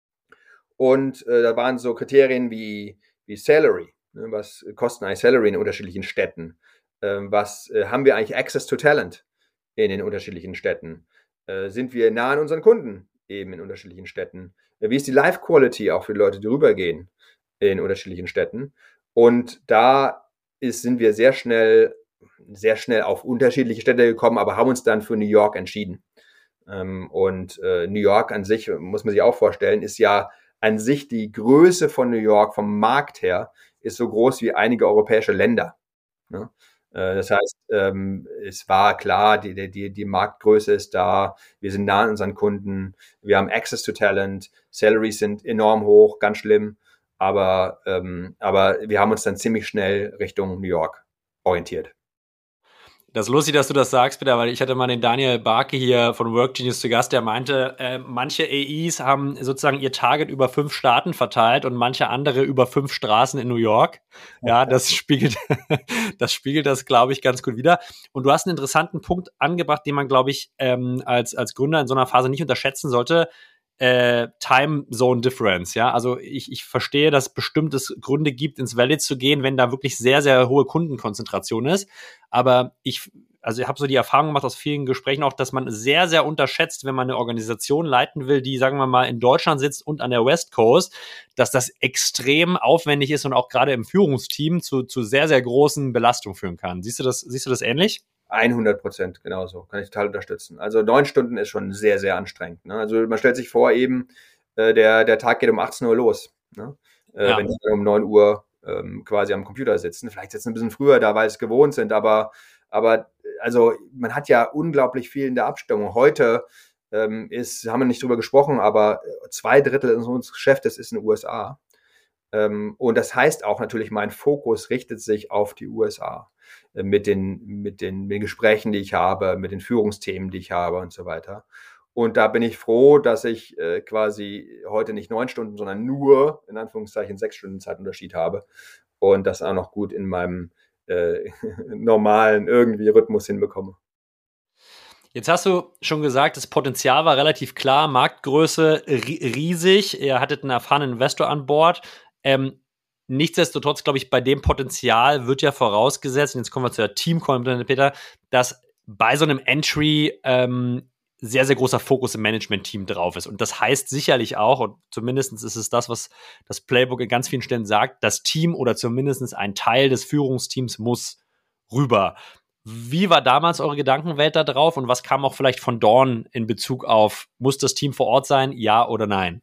Und äh, da waren so Kriterien wie, wie Salary, ne? Was kosten eigentlich Salary in unterschiedlichen Städten? Ähm, was äh, haben wir eigentlich Access to Talent in den unterschiedlichen Städten? Äh, sind wir nah an unseren Kunden eben in unterschiedlichen Städten? Wie ist die Life-Quality auch für die Leute, die rübergehen in unterschiedlichen Städten? Und da ist, sind wir sehr schnell, sehr schnell auf unterschiedliche Städte gekommen, aber haben uns dann für New York entschieden. Ähm, und äh, New York an sich, muss man sich auch vorstellen, ist ja an sich die Größe von New York vom Markt her ist so groß wie einige europäische Länder. Ne? Äh, das heißt, ähm, es war klar, die, die, die Marktgröße ist da, wir sind nah an unseren Kunden, wir haben Access to Talent, Salaries sind enorm hoch, ganz schlimm, aber, ähm, aber wir haben uns dann ziemlich schnell Richtung New York orientiert. Das ist lustig, dass du das sagst, Peter, weil ich hatte mal den Daniel Barke hier von WorkGenius zu Gast, der meinte, äh, manche A Es haben sozusagen ihr Target über fünf Staaten verteilt und manche andere über fünf Straßen in New York. Ja, das spiegelt, das spiegelt das, glaube ich, ganz gut wider. Und du hast einen interessanten Punkt angebracht, den man, glaube ich, ähm, als, als Gründer in so einer Phase nicht unterschätzen sollte. Äh, Time Zone Difference, ja, also ich, ich verstehe, dass es bestimmte Gründe gibt, ins Valley zu gehen, wenn da wirklich sehr, sehr hohe Kundenkonzentration ist, aber ich, also ich habe so die Erfahrung gemacht aus vielen Gesprächen auch, dass man sehr, sehr unterschätzt, wenn man eine Organisation leiten will, die, sagen wir mal, in Deutschland sitzt und an der West Coast, dass das extrem aufwendig ist und auch gerade im Führungsteam zu, zu sehr, sehr großen Belastungen führen kann. Siehst du das, siehst du das ähnlich? hundert Prozent, genauso. Kann ich total unterstützen. Also neun Stunden ist schon sehr, sehr anstrengend. Ne? Also man stellt sich vor eben, äh, der, der Tag geht um achtzehn Uhr los. Ne? Äh, ja. Wenn die um neun Uhr ähm, quasi am Computer sitzen. Vielleicht sitzen ein bisschen früher da, weil sie es gewohnt sind. Aber, aber also man hat ja unglaublich viel in der Abstimmung. Heute ähm, ist, haben wir nicht drüber gesprochen, aber zwei Drittel unseres Geschäftes ist in den U S A. Ähm, und das heißt auch natürlich, mein Fokus richtet sich auf die U S A. Mit den, mit den, mit den Gesprächen, die ich habe, mit den Führungsthemen, die ich habe und so weiter. Und da bin ich froh, dass ich äh, quasi heute nicht neun Stunden, sondern nur, in Anführungszeichen, sechs Stunden Zeitunterschied habe und das auch noch gut in meinem äh, normalen irgendwie Rhythmus hinbekomme. Jetzt hast du schon gesagt, das Potenzial war relativ klar, Marktgröße riesig, ihr hattet einen erfahrenen Investor an Bord. Ähm, Nichtsdestotrotz, glaube ich, bei dem Potenzial wird ja vorausgesetzt, und jetzt kommen wir zu der Teamkomponente, Peter, dass bei so einem Entry ähm, sehr, sehr großer Fokus im Management-Team drauf ist. Und das heißt sicherlich auch, und zumindest ist es das, was das Playbook in ganz vielen Stellen sagt, das Team oder zumindest ein Teil des Führungsteams muss rüber. Wie war damals eure Gedankenwelt da drauf und was kam auch vielleicht von Dawn in Bezug auf, muss das Team vor Ort sein, ja oder nein?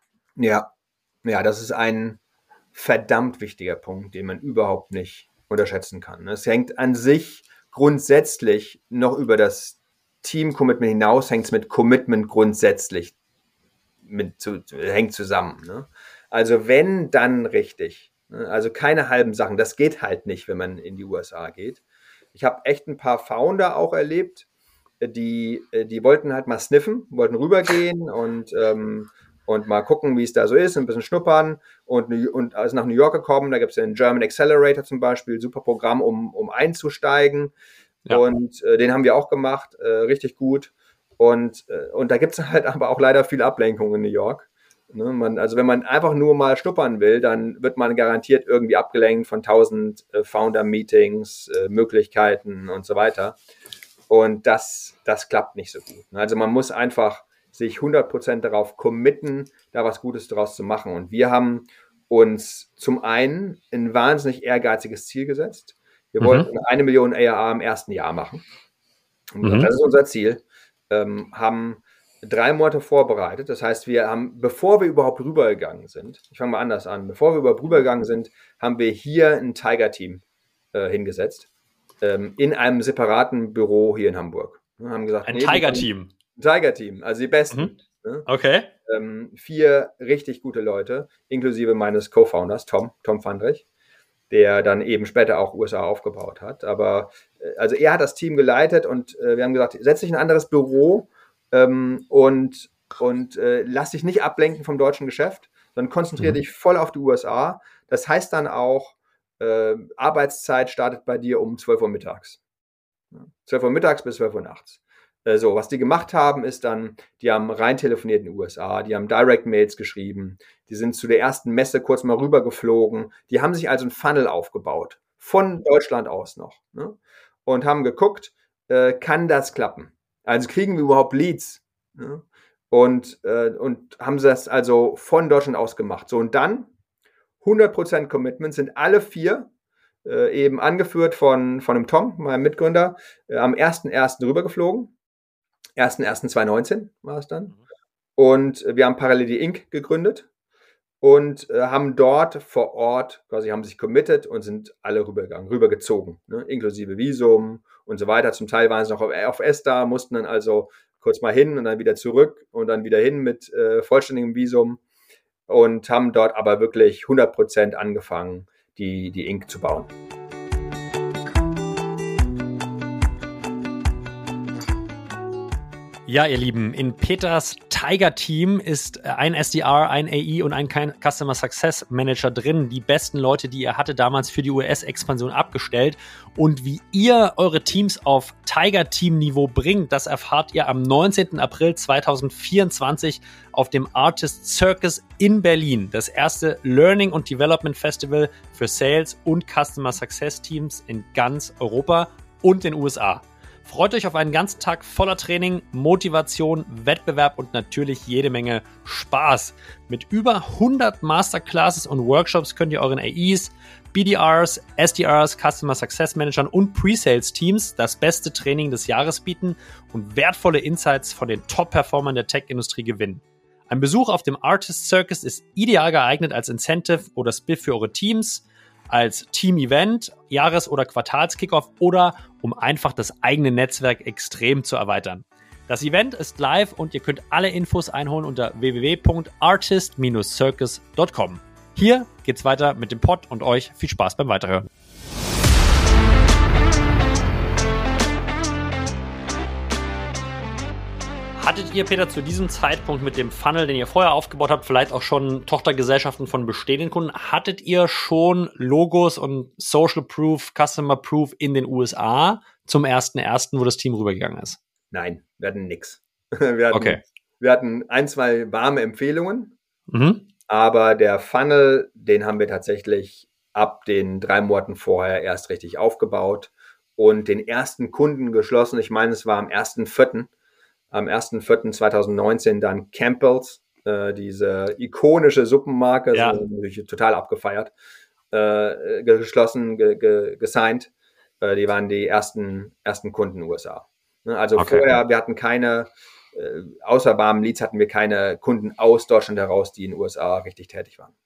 Ja, ja, das ist ein verdammt wichtiger Punkt, den man überhaupt nicht unterschätzen kann. Es hängt an sich grundsätzlich noch über das Team-Commitment hinaus, hängt es mit Commitment grundsätzlich mit zu, hängt zusammen. Ne? Also wenn, dann richtig. Ne? Also keine halben Sachen. Das geht halt nicht, wenn man in die U S A geht. Ich habe echt ein paar Founder auch erlebt, die, die wollten halt mal sniffen, wollten rübergehen und, ähm, und mal gucken, wie es da so ist, ein bisschen schnuppern und, und also nach New York gekommen, da gibt es den German Accelerator zum Beispiel, super Programm, um, um einzusteigen. Ja. Und äh, den haben wir auch gemacht, äh, richtig gut. Und, äh, und da gibt es halt aber auch leider viel Ablenkung in New York. Ne, man, also wenn man einfach nur mal schnuppern will, dann wird man garantiert irgendwie abgelenkt von tausend äh, Founder-Meetings, äh, Möglichkeiten und so weiter. Und das, das klappt nicht so gut. Also man muss einfach sich hundert Prozent darauf committen, da was Gutes draus zu machen. Und wir haben uns zum einen ein wahnsinnig ehrgeiziges Ziel gesetzt. Wir mhm. wollten eine Million A R A im ersten Jahr machen. Und mhm. das ist unser Ziel. Ähm, haben drei Monate vorbereitet. Das heißt, wir haben, bevor wir überhaupt rübergegangen sind, ich fange mal anders an, bevor wir überhaupt rübergegangen sind, haben wir hier ein Tiger-Team äh, hingesetzt. Ähm, in einem separaten Büro hier in Hamburg. Wir haben gesagt, ein nee, Tiger-Team. Ein Tiger-Team, also die besten. Mhm. Ne? Okay. Ähm, vier richtig gute Leute, inklusive meines Co-Founders, Tom, Tom Fandrich, der dann eben später auch U S A aufgebaut hat. Aber äh, also er hat das Team geleitet und äh, wir haben gesagt, setz dich in ein anderes Büro ähm, und, und äh, lass dich nicht ablenken vom deutschen Geschäft, sondern konzentriere mhm. dich voll auf die U S A. Das heißt dann auch, äh, Arbeitszeit startet bei dir um zwölf Uhr mittags. zwölf Uhr mittags bis zwölf Uhr nachts. Äh, so, was die gemacht haben, ist dann, die haben rein telefoniert in den U S A, die haben Direct-Mails geschrieben, die sind zu der ersten Messe kurz mal rübergeflogen, die haben sich also ein Funnel aufgebaut, von Deutschland aus noch, ne? Und haben geguckt, äh, kann das klappen? Also kriegen wir überhaupt Leads? Ne? Und, äh, und haben das also von Deutschland aus gemacht. So, und dann hundert Prozent Commitment, sind alle vier äh, eben angeführt von, von einem Tom, meinem Mitgründer, äh, am ersten ersten rübergeflogen. ersten ersten zweitausendneunzehn war es dann. Und äh, wir haben parallel die Inc gegründet und äh, haben dort vor Ort, quasi haben sich committed und sind alle rübergegangen, rübergezogen, ne? Inklusive Visum und so weiter. Zum Teil waren sie noch auf, auf ESTA, mussten dann also kurz mal hin und dann wieder zurück und dann wieder hin mit äh, vollständigem Visum. Und haben dort aber wirklich hundert Prozent angefangen, die, die Inc zu bauen. Ja, ihr Lieben, in Peters Tiger-Team ist ein S D R, ein A E und ein Customer Success Manager drin. Die besten Leute, die ihr hatte damals für die U S-Expansion abgestellt. Und wie ihr eure Teams auf Tiger-Team-Niveau bringt, das erfahrt ihr am neunzehnten April zweitausendvierundzwanzig auf dem Artist Circus in Berlin. Das erste Learning und Development Festival für Sales und Customer Success Teams in ganz Europa und den U S A. Freut euch auf einen ganzen Tag voller Training, Motivation, Wettbewerb und natürlich jede Menge Spaß. Mit über hundert Masterclasses und Workshops könnt ihr euren A Es, B D Rs, S D Rs, Customer Success Managern und Pre-Sales Teams das beste Training des Jahres bieten und wertvolle Insights von den Top-Performern der Tech-Industrie gewinnen. Ein Besuch auf dem Artist Circus ist ideal geeignet als Incentive oder Spiff für eure Teams, als Team-Event, Jahres- oder Quartals-Kickoff oder um einfach das eigene Netzwerk extrem zu erweitern. Das Event ist live und ihr könnt alle Infos einholen unter w w w punkt artist Bindestrich circus punkt com. Hier geht's weiter mit dem Pod und euch viel Spaß beim Weiterhören. Hattet ihr, Peter, zu diesem Zeitpunkt mit dem Funnel, den ihr vorher aufgebaut habt, vielleicht auch schon Tochtergesellschaften von bestehenden Kunden, hattet ihr schon Logos und Social Proof, Customer Proof in den U S A zum ersten ersten, wo das Team rübergegangen ist? Nein, wir hatten nix. Wir hatten, okay. wir hatten ein, zwei warme Empfehlungen, mhm. aber der Funnel, den haben wir tatsächlich ab den drei Monaten vorher erst richtig aufgebaut und den ersten Kunden geschlossen. Ich meine, es war am ersten vierten Am ersten vierten zweitausendneunzehn dann Campbell's, äh, diese ikonische Suppenmarke, ja. so, total abgefeiert, äh, geschlossen, ge, ge, gesigned. Äh, die waren die ersten, ersten Kunden in den U S A. Ne? Also Okay. vorher, wir hatten keine, äh, außer warmen Leads hatten wir keine Kunden aus Deutschland heraus, die in den U S A richtig tätig waren.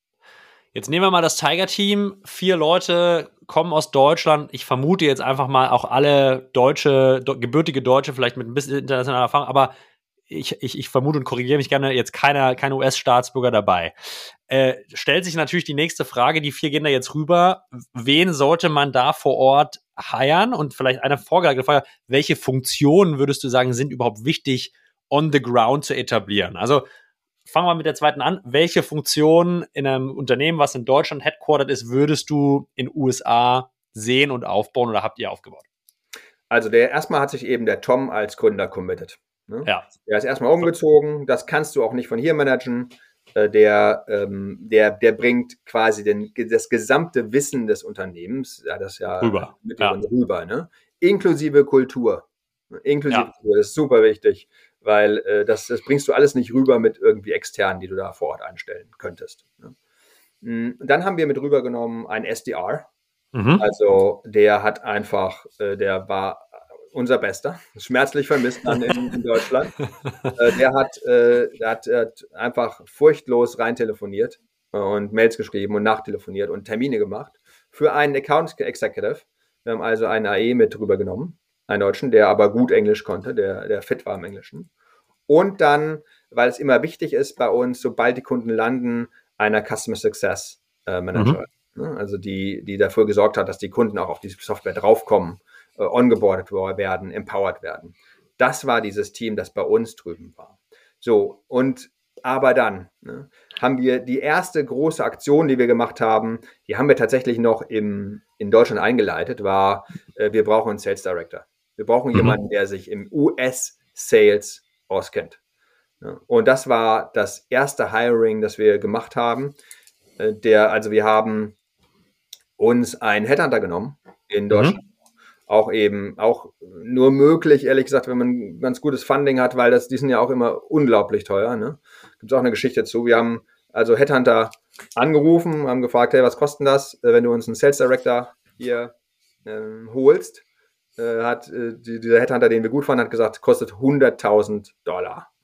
Jetzt nehmen wir mal das Tiger-Team. Vier Leute kommen aus Deutschland. Ich vermute jetzt einfach mal auch alle deutsche, do, gebürtige Deutsche, vielleicht mit ein bisschen internationaler Erfahrung, aber ich, ich, ich vermute und korrigiere mich gerne, jetzt keiner, kein U S-Staatsbürger dabei. Äh, stellt sich natürlich die nächste Frage, die vier gehen da jetzt rüber. Wen sollte man da vor Ort hiren? Und vielleicht eine vorgelagerte Frage, welche Funktionen würdest du sagen, sind überhaupt wichtig, on the ground zu etablieren? Also fangen wir mit der zweiten an. Welche Funktionen in einem Unternehmen, was in Deutschland headquartered ist, würdest du in U S A sehen und aufbauen oder habt ihr aufgebaut? Also der erstmal hat sich eben der Tom als Gründer committed. Ne? Ja. Der ist erstmal umgezogen. Das kannst du auch nicht von hier managen. Äh, der, ähm, der, der bringt quasi den, das gesamte Wissen des Unternehmens, ja, das ja Rüber. mit Ja. rüber, ne? Inklusive Kultur. Inklusive Ja. Kultur. Das ist super wichtig, weil äh, das, das bringst du alles nicht rüber mit irgendwie externen, die du da vor Ort einstellen könntest. Ne? Mm, Dann haben wir mit rübergenommen einen S D R. Mhm. Also der hat einfach, äh, der war unser Bester, schmerzlich vermisst dann in, in Deutschland. äh, der, hat, äh, der hat äh, einfach furchtlos rein telefoniert und Mails geschrieben und nachtelefoniert und Termine gemacht für einen Account Executive. Wir haben also einen A E mit rübergenommen, einen Deutschen, der aber gut Englisch konnte, der, der fit war im Englischen. Und dann, weil es immer wichtig ist bei uns, sobald die Kunden landen, einer Customer Success äh, Manager. Mhm. Ne? Also die, die dafür gesorgt hat, dass die Kunden auch auf diese Software draufkommen, äh, ongeboardet werden, empowered werden. Das war dieses Team, das bei uns drüben war. So, und aber dann ne, haben wir die erste große Aktion, die wir gemacht haben, die haben wir tatsächlich noch im, in Deutschland eingeleitet, war, äh, wir brauchen einen Sales Director. Wir brauchen mhm. jemanden, der sich im U S-Sales auskennt. Ja, und das war das erste Hiring, das wir gemacht haben. Äh, der, also wir haben uns einen Headhunter genommen in Deutschland. Mhm. Auch eben, auch nur möglich, ehrlich gesagt, wenn man ganz gutes Funding hat, weil das, die sind ja auch immer unglaublich teuer. Ne? Gibt es auch eine Geschichte zu. Wir haben also Headhunter angerufen, haben gefragt, hey, was kostet das, wenn du uns einen Sales Director hier äh, holst? Äh, hat äh, die, dieser Headhunter, den wir gut fanden, hat gesagt, kostet hunderttausend Dollar.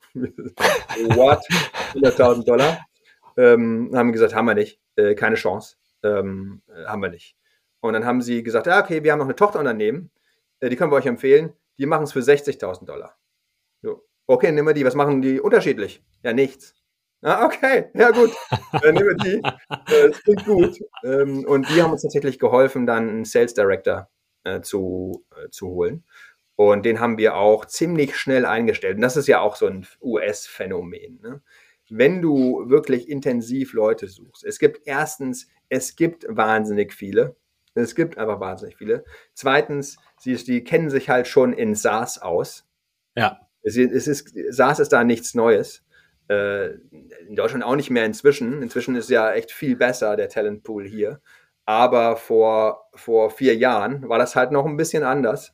What? hunderttausend Dollar? Ähm, haben gesagt, haben wir nicht, äh, keine Chance, ähm, äh, haben wir nicht. Und dann haben sie gesagt, ja, okay, wir haben noch eine Tochterunternehmen, äh, die können wir euch empfehlen, die machen es für sechzigtausend Dollar. So. Okay, nehmen wir die, was machen die unterschiedlich? Ja, nichts. Ah, okay, ja gut, dann nehmen wir die, äh, das klingt gut. Ähm, und die haben uns tatsächlich geholfen, dann einen Sales Director äh, zu, äh, zu holen. Und den haben wir auch ziemlich schnell eingestellt. Und das ist ja auch so ein U S-Phänomen. Ne? Wenn du wirklich intensiv Leute suchst, es gibt erstens, es gibt wahnsinnig viele. Es gibt einfach wahnsinnig viele. Zweitens, sie, die kennen sich halt schon in SaaS aus. Ja. Es, es ist, SaaS ist da nichts Neues. Äh, in Deutschland auch nicht mehr inzwischen. Inzwischen ist ja echt viel besser, der Talentpool hier. Aber vor, vor vier Jahren war das halt noch ein bisschen anders.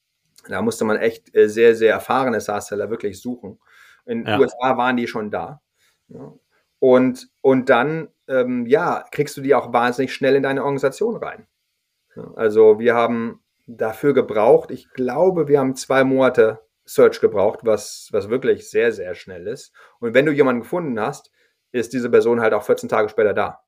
Da musste man echt äh, sehr, sehr erfahrene SaaS-Seller wirklich suchen. In den ja. U S A waren die schon da. Ja. Und, und dann, ähm, ja, kriegst du die auch wahnsinnig schnell in deine Organisation rein. Ja. Also wir haben dafür gebraucht, ich glaube, wir haben zwei Monate Search gebraucht, was, was wirklich sehr, sehr schnell ist. Und wenn du jemanden gefunden hast, ist diese Person halt auch vierzehn Tage später da.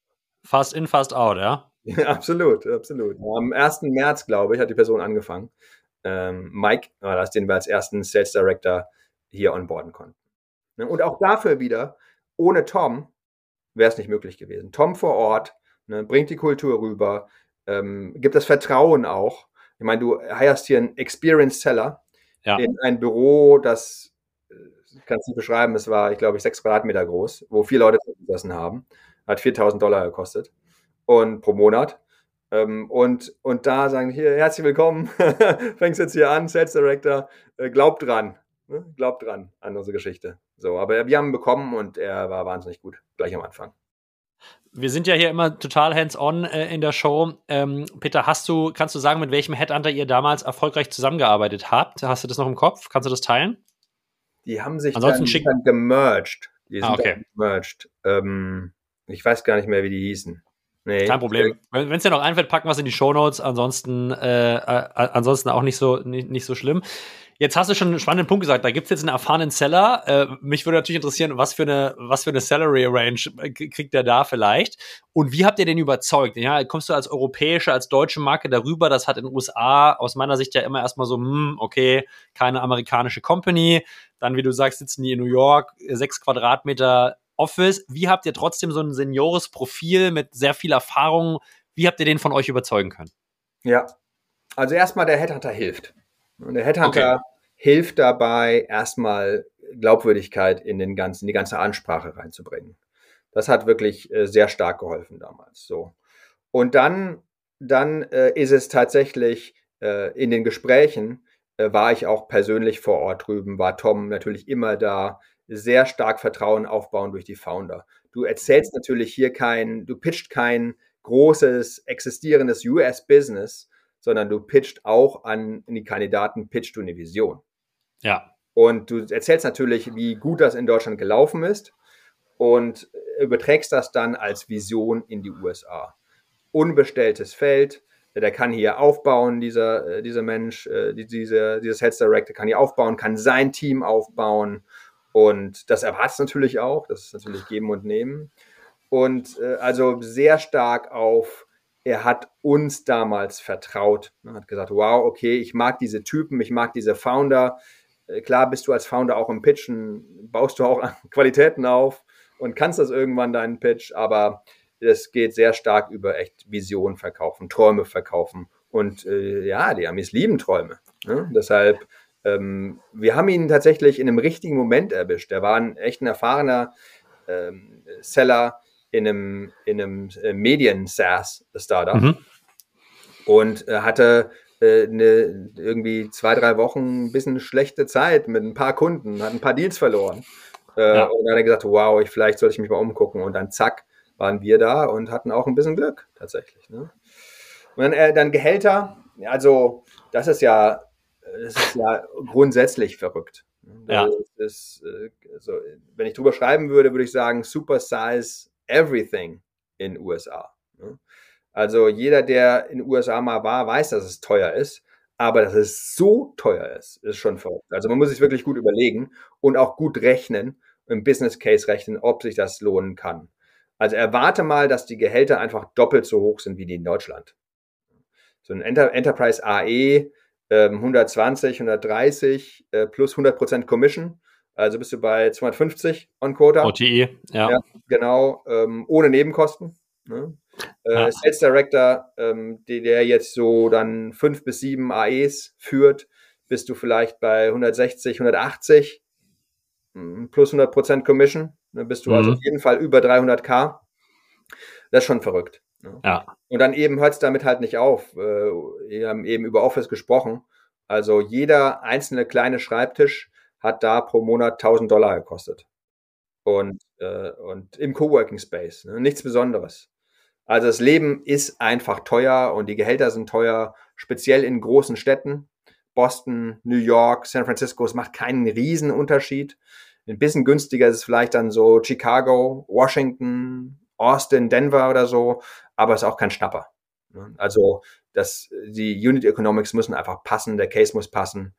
Fast in, fast out, ja? Ja, absolut, absolut. Am ersten März, glaube ich, hat die Person angefangen. Ähm, Mike war das, den wir als ersten Sales Director hier onboarden konnten. Und auch dafür wieder, ohne Tom wäre es nicht möglich gewesen. Tom vor Ort, ne, bringt die Kultur rüber, ähm, gibt das Vertrauen auch. Ich meine, du hirest hier einen Experienced Seller ja. in ein Büro, das, ich kann es nicht beschreiben, es war, ich glaube, sechs Quadratmeter groß, wo vier Leute gesessen haben. Hat viertausend Dollar gekostet und pro Monat. Ähm, und, und da sagen, hier, herzlich willkommen, fängst jetzt hier an, Sales Director, äh, glaubt dran, ne? Glaubt dran an unsere Geschichte. So, aber wir haben ihn bekommen und er war wahnsinnig gut, gleich am Anfang. Wir sind ja hier immer total hands-on äh, in der Show. Ähm, Peter, hast du, kannst du sagen, mit welchem Headhunter ihr damals erfolgreich zusammengearbeitet habt? Hast du das noch im Kopf? Kannst du das teilen? Die haben sich Ansonsten dann, schick- dann gemerged. Die sind ah, okay. dann gemerged. Ähm, ich weiß gar nicht mehr, wie die hießen. Nee, kein Problem. Wenn es dir noch einfällt, packen wir es in die Shownotes. Ansonsten, äh, äh, ansonsten auch nicht so, nicht, nicht so schlimm. Jetzt hast du schon einen spannenden Punkt gesagt. Da gibt es jetzt einen erfahrenen Seller. Äh, mich würde natürlich interessieren, was für eine, was für eine Salary Range kriegt der da vielleicht? Und wie habt ihr den überzeugt? Ja, kommst du als europäische, als deutsche Marke darüber? Das hat in den U S A aus meiner Sicht ja immer erstmal so, hm, okay, keine amerikanische Company. Dann, wie du sagst, sitzen die in New York, sechs Quadratmeter Office. Wie habt ihr trotzdem so ein seniores Profil mit sehr viel Erfahrung? Wie habt ihr den von euch überzeugen können? Ja, also erstmal der Headhunter hilft. Und der Headhunter okay. hilft dabei, erstmal Glaubwürdigkeit in den ganzen, in die ganze Ansprache reinzubringen. Das hat wirklich äh, sehr stark geholfen damals. So. Und dann, dann äh, ist es tatsächlich äh, in den Gesprächen, äh, war ich auch persönlich vor Ort drüben, war Tom natürlich immer da, sehr stark Vertrauen aufbauen durch die Founder. Du erzählst natürlich hier kein, du pitcht kein großes, existierendes U S-Business, sondern du pitcht auch an die Kandidaten, pitchst du eine Vision. Ja. Und du erzählst natürlich, wie gut das in Deutschland gelaufen ist und überträgst das dann als Vision in die U S A. Unbestelltes Feld, der kann hier aufbauen, dieser, dieser Mensch, dieser, dieser Sales Director kann hier aufbauen, kann sein Team aufbauen und das erwartet natürlich auch, das ist natürlich Geben und Nehmen. Und also sehr stark auf Er hat uns damals vertraut, hat gesagt, wow, okay, ich mag diese Typen, ich mag diese Founder. Klar bist du als Founder auch im Pitchen, baust du auch Qualitäten auf und kannst das irgendwann, deinen Pitch, aber es geht sehr stark über echt Visionen verkaufen, Träume verkaufen. Und äh, ja, die Amis lieben Träume. Ne? Deshalb, ähm, wir haben ihn tatsächlich in einem richtigen Moment erwischt. Er war ein echt ein erfahrener ähm, Seller, in einem, in einem äh, Medien-SaaS-Startup mhm. und äh, hatte äh, eine, irgendwie zwei, drei Wochen ein bisschen schlechte Zeit mit ein paar Kunden, hat ein paar Deals verloren. Äh, ja. Und dann hat er gesagt, wow, ich, vielleicht sollte ich mich mal umgucken. Und dann zack, waren wir da und hatten auch ein bisschen Glück tatsächlich. Ne? Und dann, äh, dann Gehälter, also das ist ja, das ist ja grundsätzlich verrückt. Ja. Das ist, äh, also, wenn ich drüber schreiben würde, würde ich sagen, Super Size Everything in U S A. Also jeder, der in den U S A mal war, weiß, dass es teuer ist, aber dass es so teuer ist, ist schon verrückt. Also man muss sich wirklich gut überlegen und auch gut rechnen, im Business Case rechnen, ob sich das lohnen kann. Also erwarte mal, dass die Gehälter einfach doppelt so hoch sind wie die in Deutschland. So ein Enter- Enterprise A E, ähm, hundertzwanzig, hundertdreißig äh, plus hundert Prozent Commission. Also bist du bei zweihundertfünfzig on Quota. O T E, ja. ja genau, ähm, ohne Nebenkosten. Ne? Äh, ja. Sales Director, ähm, die, der jetzt so dann fünf bis sieben A Es führt, bist du vielleicht bei hundertsechzig, hundertachtzig mh, plus hundert Prozent Commission. Dann bist du mhm. also auf jeden Fall über dreihunderttausend. Das ist schon verrückt. Ne? Ja. Und dann eben hört es damit halt nicht auf. Äh, wir haben eben über Office gesprochen. Also jeder einzelne kleine Schreibtisch hat da pro Monat tausend Dollar gekostet. Und, äh, und im Coworking Space. Ne? Nichts Besonderes. Also das Leben ist einfach teuer und die Gehälter sind teuer, speziell in großen Städten. Boston, New York, San Francisco, es macht keinen riesen Unterschied. Ein bisschen günstiger ist es vielleicht dann so Chicago, Washington, Austin, Denver oder so, aber es ist auch kein Schnapper. Ne? Also das, die Unit Economics müssen einfach passen, der Case muss passen.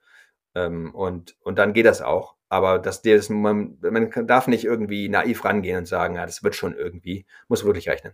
Und, und dann geht das auch. Aber das, das, man, man darf nicht irgendwie naiv rangehen und sagen, ja, das wird schon irgendwie, muss wirklich rechnen.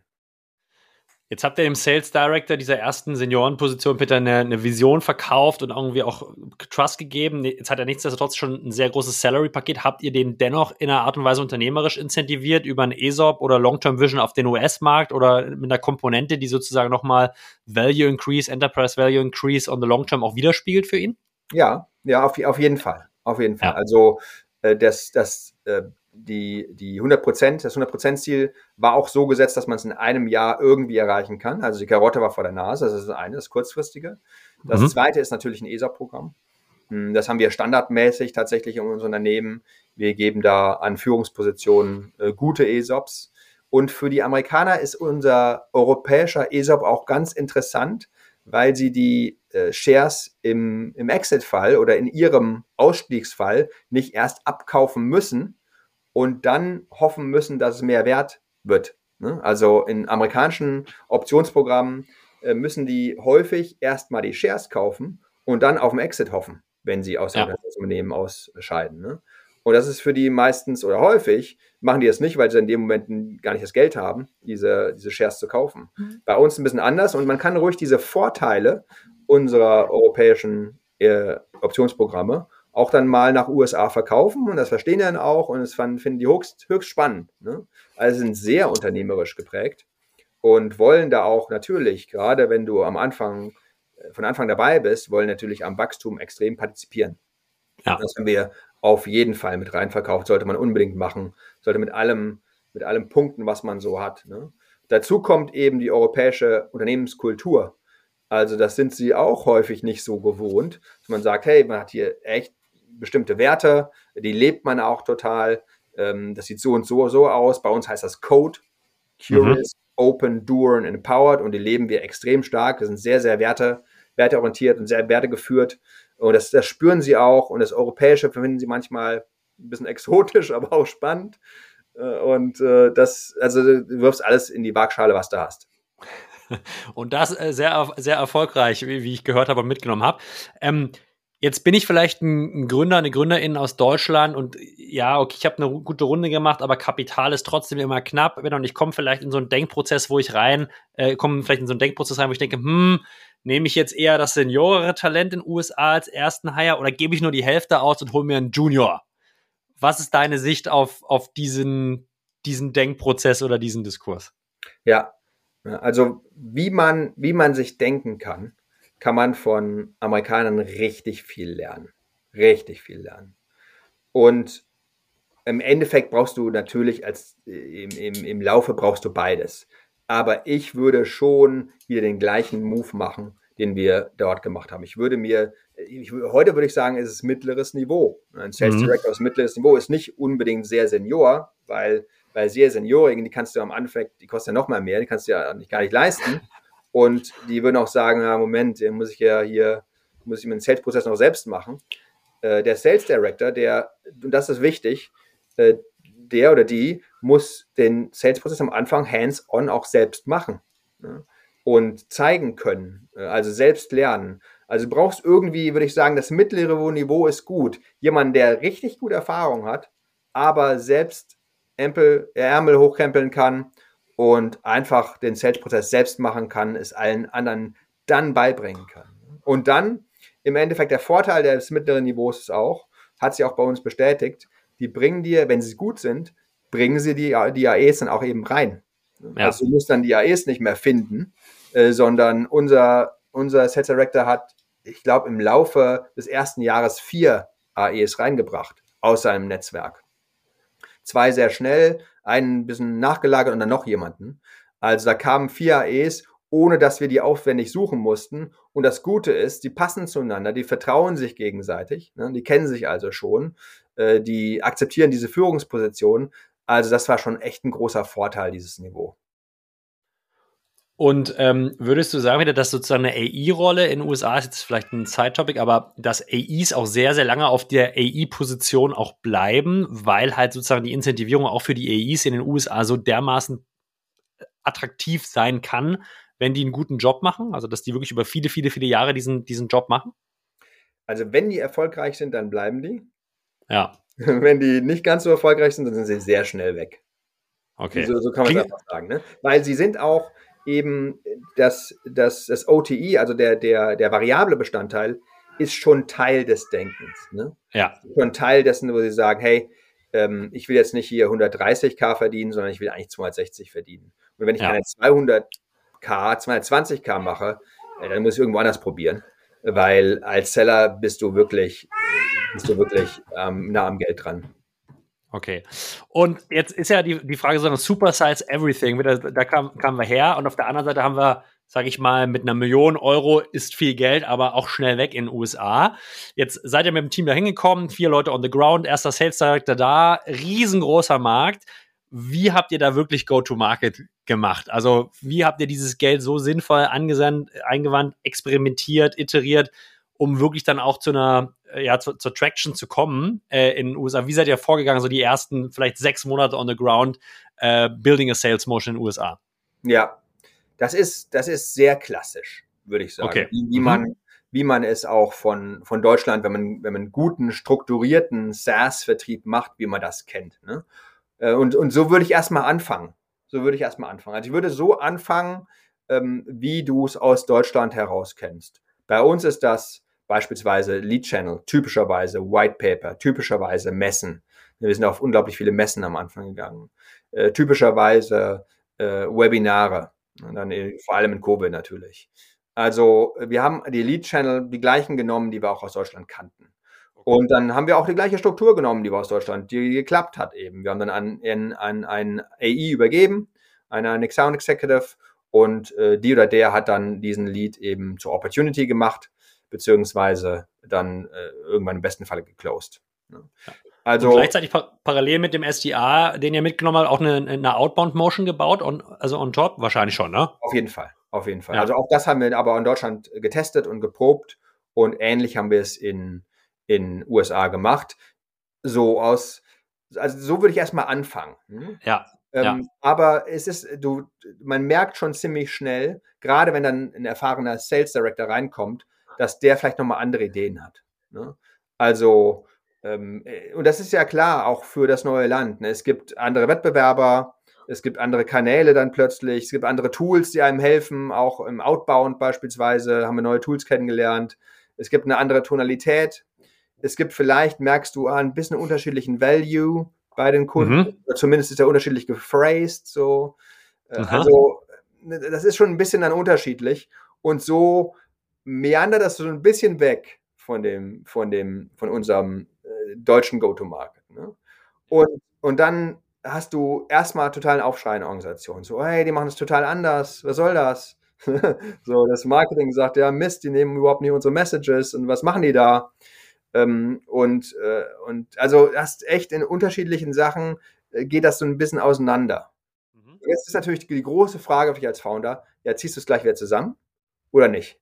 Jetzt habt ihr dem Sales Director dieser ersten Seniorenposition, Peter, eine, eine Vision verkauft und irgendwie auch Trust gegeben. Jetzt hat er nichtsdestotrotz schon ein sehr großes Salary-Paket. Habt ihr den dennoch in einer Art und Weise unternehmerisch incentiviert über ein E S O P oder Long-Term Vision auf den U S-Markt oder mit einer Komponente, die sozusagen nochmal Value Increase, Enterprise Value Increase on the Long Term auch widerspiegelt für ihn? Ja, ja, auf, auf jeden Fall. Auf jeden Fall. Ja. Also äh, das, das, äh, die, die hundert Prozent, das hundert Prozent Ziel war auch so gesetzt, dass man es in einem Jahr irgendwie erreichen kann. Also die Karotte war vor der Nase, das ist das eine, das kurzfristige. Das mhm. zweite ist natürlich ein E S O P-Programm. Das haben wir standardmäßig tatsächlich in unserem Unternehmen. Wir geben da an Führungspositionen äh, gute E S O Ps. Und für die Amerikaner ist unser europäischer E S O P auch ganz interessant, weil sie die äh, Shares im, im Exit-Fall oder in ihrem Ausstiegsfall nicht erst abkaufen müssen und dann hoffen müssen, dass es mehr wert wird. Ne? Also in amerikanischen Optionsprogrammen äh, müssen die häufig erstmal die Shares kaufen und dann auf den Exit hoffen, wenn sie aus Ja. dem Unternehmen ausscheiden. Ne? Und das ist für die meistens oder häufig, machen die das nicht, weil sie in dem Moment gar nicht das Geld haben, diese, diese Shares zu kaufen. Mhm. Bei uns ein bisschen anders und man kann ruhig diese Vorteile unserer europäischen äh, Optionsprogramme auch dann mal nach U S A verkaufen und das verstehen die dann auch und das fanden, finden die höchst, höchst spannend. Ne? Also sind sehr unternehmerisch geprägt und wollen da auch natürlich, gerade wenn du am Anfang, von Anfang dabei bist, wollen natürlich am Wachstum extrem partizipieren. Ja. Das haben wir auf jeden Fall mit reinverkauft, sollte man unbedingt machen, sollte mit allem, mit allem punkten, was man so hat. Ne? Dazu kommt eben die europäische Unternehmenskultur. Also das sind sie auch häufig nicht so gewohnt, dass man sagt, hey, man hat hier echt bestimmte Werte, die lebt man auch total, ähm, das sieht so und so so aus. Bei uns heißt das Code, Curious, mhm. Open, Doer und Empowered und die leben wir extrem stark. Wir sind sehr, sehr Werte, werteorientiert und sehr wertegeführt. Und das, das spüren sie auch. Und das Europäische finden sie manchmal ein bisschen exotisch, aber auch spannend. Und das, also du wirfst alles in die Waagschale, was du hast. Und das sehr, sehr erfolgreich, wie, wie ich gehört habe und mitgenommen habe. Ähm, jetzt bin ich vielleicht ein, ein Gründer, eine Gründerin aus Deutschland und ja, okay, ich habe eine gute Runde gemacht, aber Kapital ist trotzdem immer knapp. Und ich komme vielleicht in so einen Denkprozess, wo ich rein, äh, komme vielleicht in so einen Denkprozess rein, wo ich denke, hm, nehme ich jetzt eher das seniorere Talent in den U S A als ersten Hire oder gebe ich nur die Hälfte aus und hole mir einen Junior? Was ist deine Sicht auf, auf diesen, diesen Denkprozess oder diesen Diskurs? Ja, also wie man, wie man sich denken kann, kann man von Amerikanern richtig viel lernen. Richtig viel lernen. Und im Endeffekt brauchst du natürlich als im, im, im Laufe brauchst du beides. Aber ich würde schon wieder den gleichen Move machen, den wir dort gemacht haben. Ich würde mir, ich, heute würde ich sagen, ist es mittleres Niveau. Ein Sales Director aus mittleres Niveau ist nicht unbedingt sehr senior, weil bei sehr Seniorigen, die kannst du am Anfang, die kosten ja noch mal mehr, die kannst du ja nicht, gar nicht leisten. Und die würden auch sagen, na, Moment, den muss ich ja hier, muss ich mir den Sales-Prozess noch selbst machen. Äh, der Sales Director, der, und das ist wichtig, äh, der oder die muss den Sales-Prozess am Anfang hands-on auch selbst machen, ne? Und zeigen können, also selbst lernen. Also du brauchst irgendwie, würde ich sagen, das mittlere Niveau ist gut. Jemand, der richtig gute Erfahrung hat, aber selbst Ärmel, Ärmel hochkrempeln kann und einfach den Sales-Prozess selbst machen kann, es allen anderen dann beibringen kann. Und dann, im Endeffekt, der Vorteil des mittleren Niveaus ist auch, hat sich auch bei uns bestätigt, die bringen dir, wenn sie gut sind, bringen sie die, die A Es dann auch eben rein. Ja. Also du musst dann die A Es nicht mehr finden, äh, sondern unser, unser Sales Director hat, ich glaube, im Laufe des ersten Jahres vier A Es reingebracht aus seinem Netzwerk. Zwei sehr schnell, einen ein bisschen nachgelagert und dann noch jemanden. Also da kamen vier A Es, ohne dass wir die aufwendig suchen mussten. Und das Gute ist, die passen zueinander, die vertrauen sich gegenseitig, ne? Die kennen sich also schon, äh, die akzeptieren diese Führungsposition. Also das war schon echt ein großer Vorteil, dieses Niveau. Und ähm, würdest du sagen wieder, dass sozusagen eine A I-Rolle in den U S A ist jetzt vielleicht ein Side-Topic, aber dass A Is auch sehr, sehr lange auf der A I-Position auch bleiben, weil halt sozusagen die Incentivierung auch für die A Is in den U S A so dermaßen attraktiv sein kann, wenn die einen guten Job machen, also dass die wirklich über viele, viele, viele Jahre diesen, diesen Job machen? Also wenn die erfolgreich sind, dann bleiben die. Ja. Wenn die nicht ganz so erfolgreich sind, dann sind sie sehr schnell weg. Okay. So, so kann man es einfach sagen, ne? Weil sie sind auch eben das, das, das O T E, also der, der, der variable Bestandteil, ist schon Teil des Denkens. Ne? Ja. Schon Teil dessen, wo sie sagen, hey, ähm, ich will jetzt nicht hier hundertdreißigtausend verdienen, sondern ich will eigentlich zweihundertsechzig verdienen. Und wenn ich ja. keine zweihunderttausend, zweihundertzwanzigtausend mache, äh, dann muss ich irgendwo anders probieren. Weil als Seller bist du wirklich, bist du wirklich ähm, nah am Geld dran. Okay. Und jetzt ist ja die, die Frage so, Super Size Everything, da, da kam, kamen wir her und auf der anderen Seite haben wir, sage ich mal, mit einer Million Euro ist viel Geld, aber auch schnell weg in den U S A. Jetzt seid ihr mit dem Team da hingekommen, vier Leute on the ground, erster Sales Director da, riesengroßer Markt. Wie habt ihr da wirklich Go-to-Market gemacht? Also wie habt ihr dieses Geld so sinnvoll angesandt, eingewandt, experimentiert, iteriert, um wirklich dann auch zu einer ja, zu, zur Traction zu kommen äh, in den U S A? Wie seid ihr vorgegangen, so die ersten vielleicht sechs Monate on the ground, äh, building a sales motion in den U S A? Ja, das ist, das ist sehr klassisch, würde ich sagen. Okay. Wie, wie Mhm. man, wie man es auch von, von Deutschland, wenn man, wenn man einen guten, strukturierten SaaS-Vertrieb macht, wie man das kennt. Ne? Und, und so würde ich erstmal anfangen. So würde ich erstmal anfangen. Also ich würde so anfangen, ähm, wie du es aus Deutschland heraus kennst. Bei uns ist das beispielsweise Lead Channel, typischerweise White Paper, typischerweise Messen. Wir sind auf unglaublich viele Messen am Anfang gegangen. Äh, typischerweise äh, Webinare. Und dann äh, vor allem in Covid natürlich. Also wir haben die Lead Channel, die gleichen genommen, die wir auch aus Deutschland kannten. Und dann haben wir auch die gleiche Struktur genommen, die wir aus Deutschland, die geklappt hat eben. Wir haben dann an, an, an einen A I übergeben, an einen Account Executive, und äh, die oder der hat dann diesen Lead eben zur Opportunity gemacht, beziehungsweise dann äh, irgendwann im besten Falle geclosed. Ja. Also, und gleichzeitig par- parallel mit dem S D R, den ihr mitgenommen habt, auch eine, eine Outbound-Motion gebaut, on, also on top? Wahrscheinlich schon, ne? Auf jeden Fall, auf jeden Fall. Ja. Also auch das haben wir aber in Deutschland getestet und geprobt, und ähnlich haben wir es in in U S A gemacht. So aus, also so würde ich erstmal anfangen. Hm? Ja. Ähm, ja. Aber es ist, du, man merkt schon ziemlich schnell, gerade wenn dann ein erfahrener Sales Director reinkommt, dass der vielleicht nochmal andere Ideen hat. Ne? Also, ähm, und das ist ja klar, auch für das neue Land. Ne? Es gibt andere Wettbewerber, es gibt andere Kanäle dann plötzlich, es gibt andere Tools, die einem helfen, auch im Outbound beispielsweise haben wir neue Tools kennengelernt. Es gibt eine andere Tonalität. Es gibt vielleicht, merkst du, ein bisschen unterschiedlichen Value bei den Kunden. Mhm. Oder zumindest ist er unterschiedlich gephrased. So. Also das ist schon ein bisschen dann unterschiedlich. Und so meandert das so ein bisschen weg von dem, von dem, von unserem äh, deutschen Go-to-Market. Ne? Und, und dann hast du erstmal totalen Aufschrei in der Organisation. So, hey, die machen das total anders. Was soll das? So, das Marketing sagt, ja, Mist, die nehmen überhaupt nicht unsere Messages, und was machen die da? Ähm, und, äh, und also hast echt in unterschiedlichen Sachen äh, geht das so ein bisschen auseinander. Mhm. Jetzt ist natürlich die große Frage für dich als Founder, ja, ziehst du es gleich wieder zusammen oder nicht?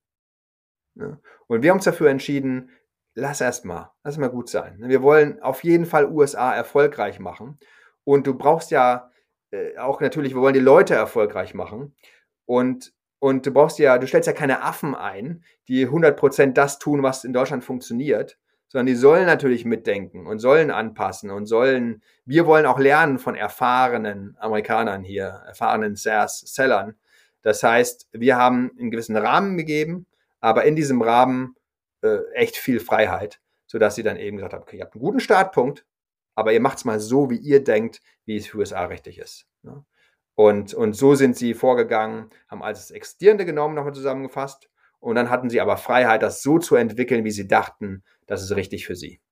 Ja. Und wir haben uns dafür entschieden, lass erst mal, lass mal gut sein. Wir wollen auf jeden Fall U S A erfolgreich machen, und du brauchst ja äh, auch natürlich, wir wollen die Leute erfolgreich machen, und Und du brauchst ja, du stellst ja keine Affen ein, die hundert Prozent das tun, was in Deutschland funktioniert, sondern die sollen natürlich mitdenken und sollen anpassen und sollen, wir wollen auch lernen von erfahrenen Amerikanern hier, erfahrenen SaaS-Sellern. Das heißt, wir haben einen gewissen Rahmen gegeben, aber in diesem Rahmen äh, echt viel Freiheit, sodass sie dann eben gesagt haben, okay, ihr habt einen guten Startpunkt, aber ihr macht es mal so, wie ihr denkt, wie es für U S A richtig ist. Ne? Und, und so sind sie vorgegangen, haben alles Existierende genommen, nochmal zusammengefasst. Und dann hatten sie aber Freiheit, das so zu entwickeln, wie sie dachten, das ist richtig für sie.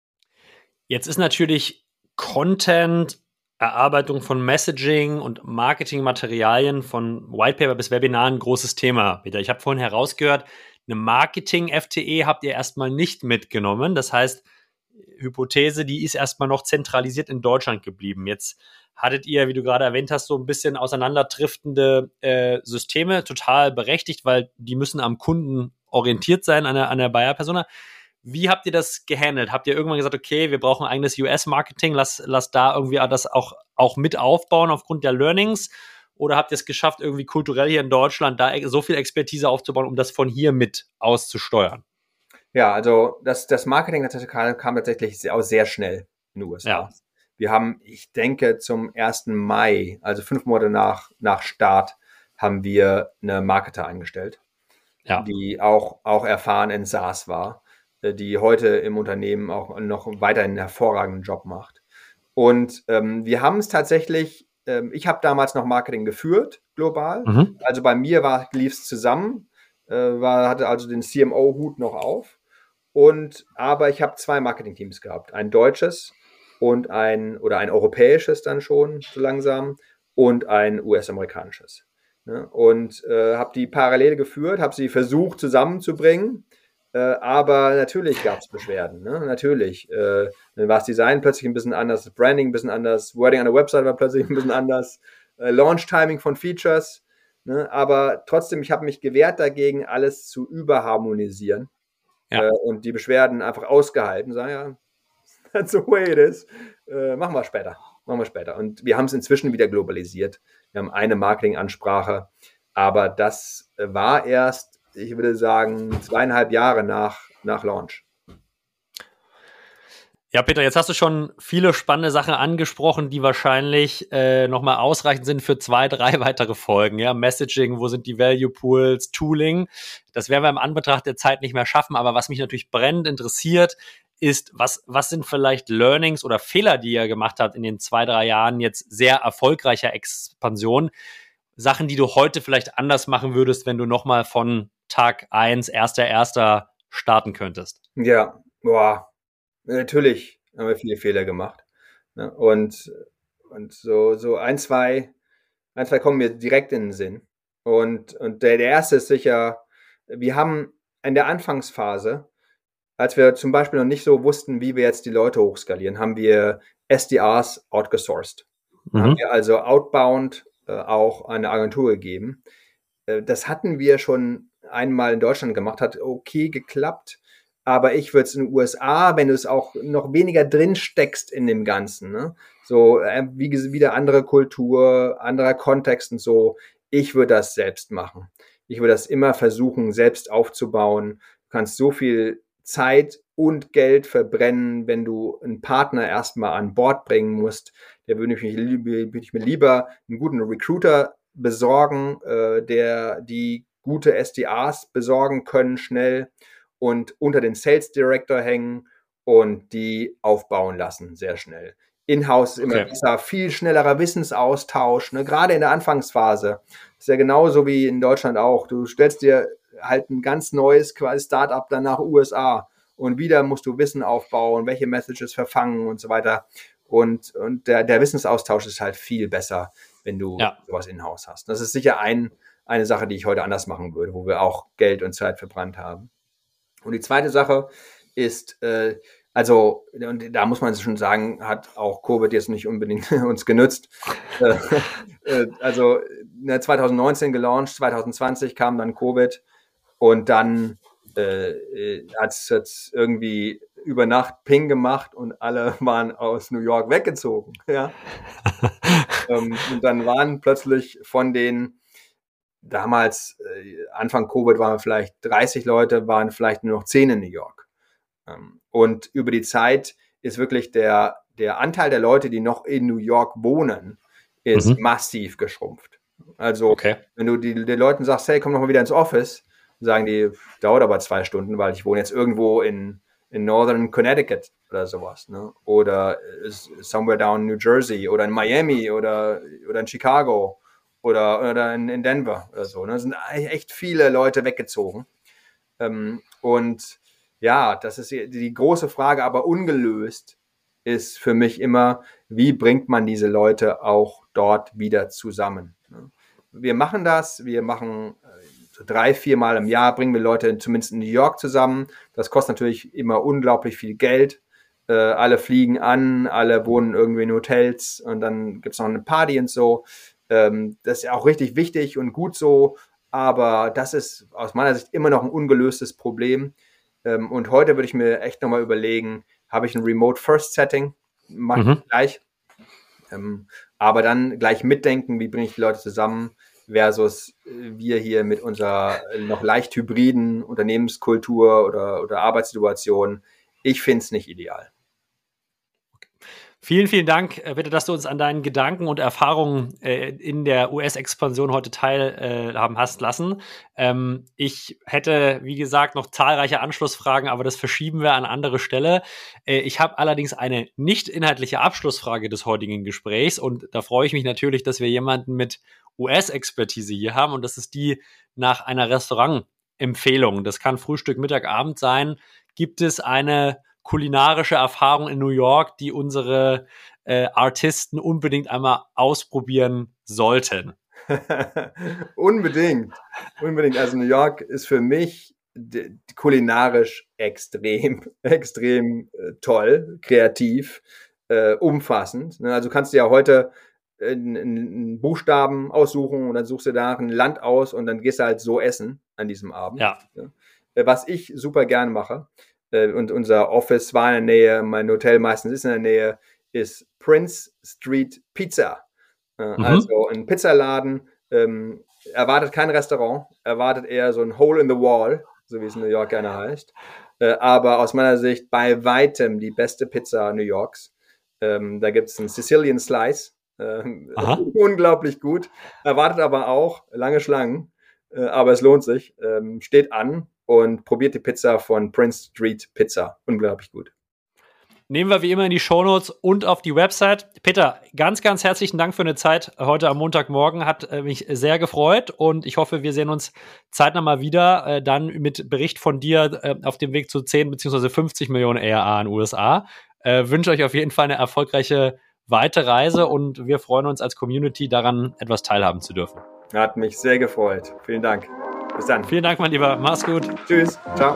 Jetzt ist natürlich Content, Erarbeitung von Messaging und Marketingmaterialien von Whitepaper bis Webinar ein großes Thema. Peter, ich habe vorhin herausgehört, eine Marketing-F T E habt ihr erstmal nicht mitgenommen. Das heißt, Hypothese, die ist erstmal noch zentralisiert in Deutschland geblieben. Jetzt hattet ihr, wie du gerade erwähnt hast, so ein bisschen auseinanderdriftende äh, Systeme, total berechtigt, weil die müssen am Kunden orientiert sein, an der, an der Buyer-Persona. Wie habt ihr das gehandelt? Habt ihr irgendwann gesagt, okay, wir brauchen ein eigenes U S-Marketing, lass, lass da irgendwie das auch, auch mit aufbauen aufgrund der Learnings? Oder habt ihr es geschafft, irgendwie kulturell hier in Deutschland da so viel Expertise aufzubauen, um das von hier mit auszusteuern? Ja, also das, das Marketing kam, kam tatsächlich sehr, auch sehr schnell in den U S A. Ja. Wir haben, ich denke, zum ersten Mai, also fünf Monate nach, nach Start, haben wir eine Marketer eingestellt, ja. die auch, auch erfahren in SaaS war, die heute im Unternehmen auch noch weiterhin einen hervorragenden Job macht. Und ähm, wir haben es tatsächlich, ähm, ich habe damals noch Marketing geführt, global. Mhm. Also bei mir lief es zusammen, äh, war, hatte also den C M O-Hut noch auf. Und, aber ich habe zwei Marketing-Teams gehabt, ein deutsches und ein, oder ein europäisches dann schon so langsam und ein U S-amerikanisches. Ne? Und äh, habe die parallel geführt, habe sie versucht zusammenzubringen, äh, aber natürlich gab es Beschwerden. Ne? Natürlich. Äh, dann war das Design plötzlich ein bisschen anders, das Branding ein bisschen anders, Wording an der Website war plötzlich ein bisschen anders, äh, Launch-Timing von Features. Ne? Aber trotzdem, ich habe mich gewehrt dagegen, alles zu überharmonisieren. ja. äh, und die Beschwerden einfach ausgehalten, sagen, ja, that's the way it is. Äh, machen wir später. Machen wir später. Und wir haben es inzwischen wieder globalisiert. Wir haben eine Marketingansprache, aber das war erst, ich würde sagen, zweieinhalb Jahre nach, nach Launch. Ja, Peter, jetzt hast du schon viele spannende Sachen angesprochen, die wahrscheinlich äh, nochmal ausreichend sind für zwei, drei weitere Folgen. Ja, Messaging, wo sind die Value Pools, Tooling. Das werden wir im Anbetracht der Zeit nicht mehr schaffen. Aber was mich natürlich brennend interessiert, ist, was, was sind vielleicht Learnings oder Fehler, die ihr gemacht habt in den zwei, drei Jahren jetzt sehr erfolgreicher Expansion? Sachen, die du heute vielleicht anders machen würdest, wenn du nochmal von Tag eins, erster erster starten könntest? Ja, boah. Natürlich haben wir viele Fehler gemacht. Ne? Und, und so, so ein, zwei, ein, zwei kommen mir direkt in den Sinn. Und, und der, der erste ist sicher, wir haben in der Anfangsphase, als wir zum Beispiel noch nicht so wussten, wie wir jetzt die Leute hochskalieren, haben wir S D Rs outgesourced. Mhm. Haben wir also outbound äh, auch eine Agentur gegeben. Äh, das hatten wir schon einmal in Deutschland gemacht, hat okay geklappt. Aber ich würde es in den U S A, wenn du es auch noch weniger drin steckst in dem Ganzen, ne? So äh, wie wieder andere Kultur, anderer Kontext und so, ich würde das selbst machen. Ich würde das immer versuchen, selbst aufzubauen. Du kannst so viel Zeit und Geld verbrennen, wenn du einen Partner erstmal an Bord bringen musst. Der würde ich, mich, würde ich mir lieber einen guten Recruiter besorgen, äh, der die gute S D Rs besorgen können, schnell, und unter den Sales Director hängen und die aufbauen lassen, sehr schnell. In-house ist immer okay. besser, viel schnellerer Wissensaustausch, ne? Gerade in der Anfangsphase. Ist ja genauso wie in Deutschland auch. Du stellst dir halt ein ganz neues quasi Startup dann nach U S A und wieder musst du Wissen aufbauen, welche Messages verfangen und so weiter. Und, und der, der Wissensaustausch ist halt viel besser, wenn du ja. sowas in-house hast. Das ist sicher ein, eine Sache, die ich heute anders machen würde, wo wir auch Geld und Zeit verbrannt haben. Und die zweite Sache ist, äh, also, und da muss man schon sagen, hat auch Covid jetzt nicht unbedingt uns genützt. äh, äh, also zwanzig neunzehn gelauncht, zwanzig zwanzig kam dann Covid und dann äh, hat es irgendwie über Nacht Ping gemacht und alle waren aus New York weggezogen. Ja? ähm, und dann waren plötzlich von den damals, äh, Anfang Covid waren wir vielleicht dreißig Leute, waren vielleicht nur noch zehn in New York. Ähm, und über die Zeit ist wirklich der, der Anteil der Leute, die noch in New York wohnen, ist mhm. massiv geschrumpft. Also, okay. wenn du die, den Leuten sagst, hey, komm noch mal wieder ins Office, sagen die, dauert aber zwei Stunden, weil ich wohne jetzt irgendwo in, in Northern Connecticut oder sowas, ne? Oder somewhere down in New Jersey oder in Miami oder, oder in Chicago. Oder, oder in, in Denver oder so. Ne? Da sind echt viele Leute weggezogen. Ähm, und ja, das ist die, die große Frage, aber ungelöst ist für mich immer, wie bringt man diese Leute auch dort wieder zusammen? Ne? Wir machen das, wir machen äh, drei, vier Mal im Jahr, bringen wir Leute zumindest in New York zusammen. Das kostet natürlich immer unglaublich viel Geld. Äh, alle fliegen an, alle wohnen irgendwie in Hotels und dann gibt es noch eine Party und so. Das ist ja auch richtig wichtig und gut so, aber das ist aus meiner Sicht immer noch ein ungelöstes Problem. Und heute würde ich mir echt nochmal überlegen, habe ich ein Remote-First-Setting? Mache mhm. ich gleich. Aber dann gleich mitdenken, wie bringe ich die Leute zusammen, versus wir hier mit unserer noch leicht hybriden Unternehmenskultur oder, oder Arbeitssituation. Ich finde es nicht ideal. Vielen, vielen Dank, bitte, dass du uns an deinen Gedanken und Erfahrungen äh, in der U S-Expansion heute teilhaben äh, hast lassen. Ähm, ich hätte, wie gesagt, noch zahlreiche Anschlussfragen, aber das verschieben wir an andere Stelle. Äh, ich habe allerdings eine nicht inhaltliche Abschlussfrage des heutigen Gesprächs und da freue ich mich natürlich, dass wir jemanden mit U S-Expertise hier haben und das ist die nach einer Restaurantempfehlung. Das kann Frühstück, Mittag, Abend sein. Gibt es eine kulinarische Erfahrung in New York, die unsere äh, Artisten unbedingt einmal ausprobieren sollten? Unbedingt. Unbedingt. Also New York ist für mich d- kulinarisch extrem, extrem äh, toll, kreativ, äh, umfassend. Ne? Also du kannst dir ja heute einen Buchstaben aussuchen und dann suchst du da ein Land aus und dann gehst du halt so essen an diesem Abend. Ja. Ne? äh, was ich super gern mache, äh, und unser Office war in der Nähe, mein Hotel meistens ist in der Nähe, ist Prince Street Pizza. Äh, mhm. Also ein Pizzaladen, ähm, erwartet kein Restaurant, erwartet eher so ein Hole in the Wall, so wie es in New York gerne heißt. Äh, aber aus meiner Sicht bei weitem die beste Pizza New Yorks. Ähm, da gibt es einen Sicilian Slice, äh, unglaublich gut, erwartet aber auch lange Schlangen, äh, aber es lohnt sich, ähm, steht an und probiert die Pizza von Prince Street Pizza, unglaublich gut. Nehmen wir wie immer in die Shownotes und auf die Website. Peter, ganz, ganz herzlichen Dank für eine Zeit heute am Montagmorgen. Hat äh, mich sehr gefreut und ich hoffe, wir sehen uns zeitnah mal wieder, äh, dann mit Bericht von dir äh, auf dem Weg zu zehn beziehungsweise fünfzig Millionen A R A in den U S A. Äh, wünsche euch auf jeden Fall eine erfolgreiche weite Reise und wir freuen uns als Community daran, etwas teilhaben zu dürfen. Hat mich sehr gefreut. Vielen Dank. Bis dann. Vielen Dank, mein Lieber. Mach's gut. Tschüss. Ciao.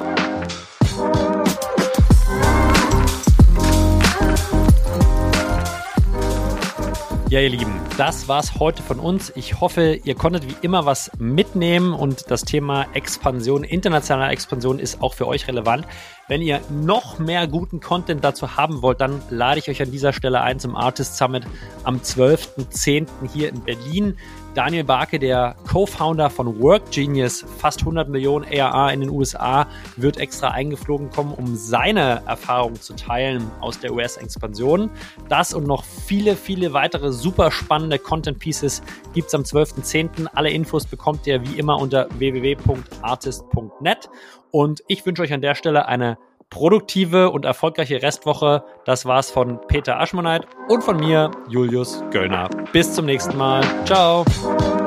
Ja, ihr Lieben, das war's heute von uns. Ich hoffe, ihr konntet wie immer was mitnehmen und das Thema Expansion, internationale Expansion ist auch für euch relevant. Wenn ihr noch mehr guten Content dazu haben wollt, dann lade ich euch an dieser Stelle ein zum Artist Summit am zwölften zehnten hier in Berlin. Daniel Barke, der Co-Founder von WorkGenius, fast hundert Millionen A R A in den U S A, wird extra eingeflogen kommen, um seine Erfahrungen zu teilen aus der U S-Expansion. Das und noch viele, viele weitere super spannende Content-Pieces gibt es am zwölften zehnten Alle Infos bekommt ihr wie immer unter w w w punkt artist punkt net. Und ich wünsche euch an der Stelle eine produktive und erfolgreiche Restwoche. Das war's von Peter Aschmoneit und von mir, Julius Göllner. Bis zum nächsten Mal. Ciao.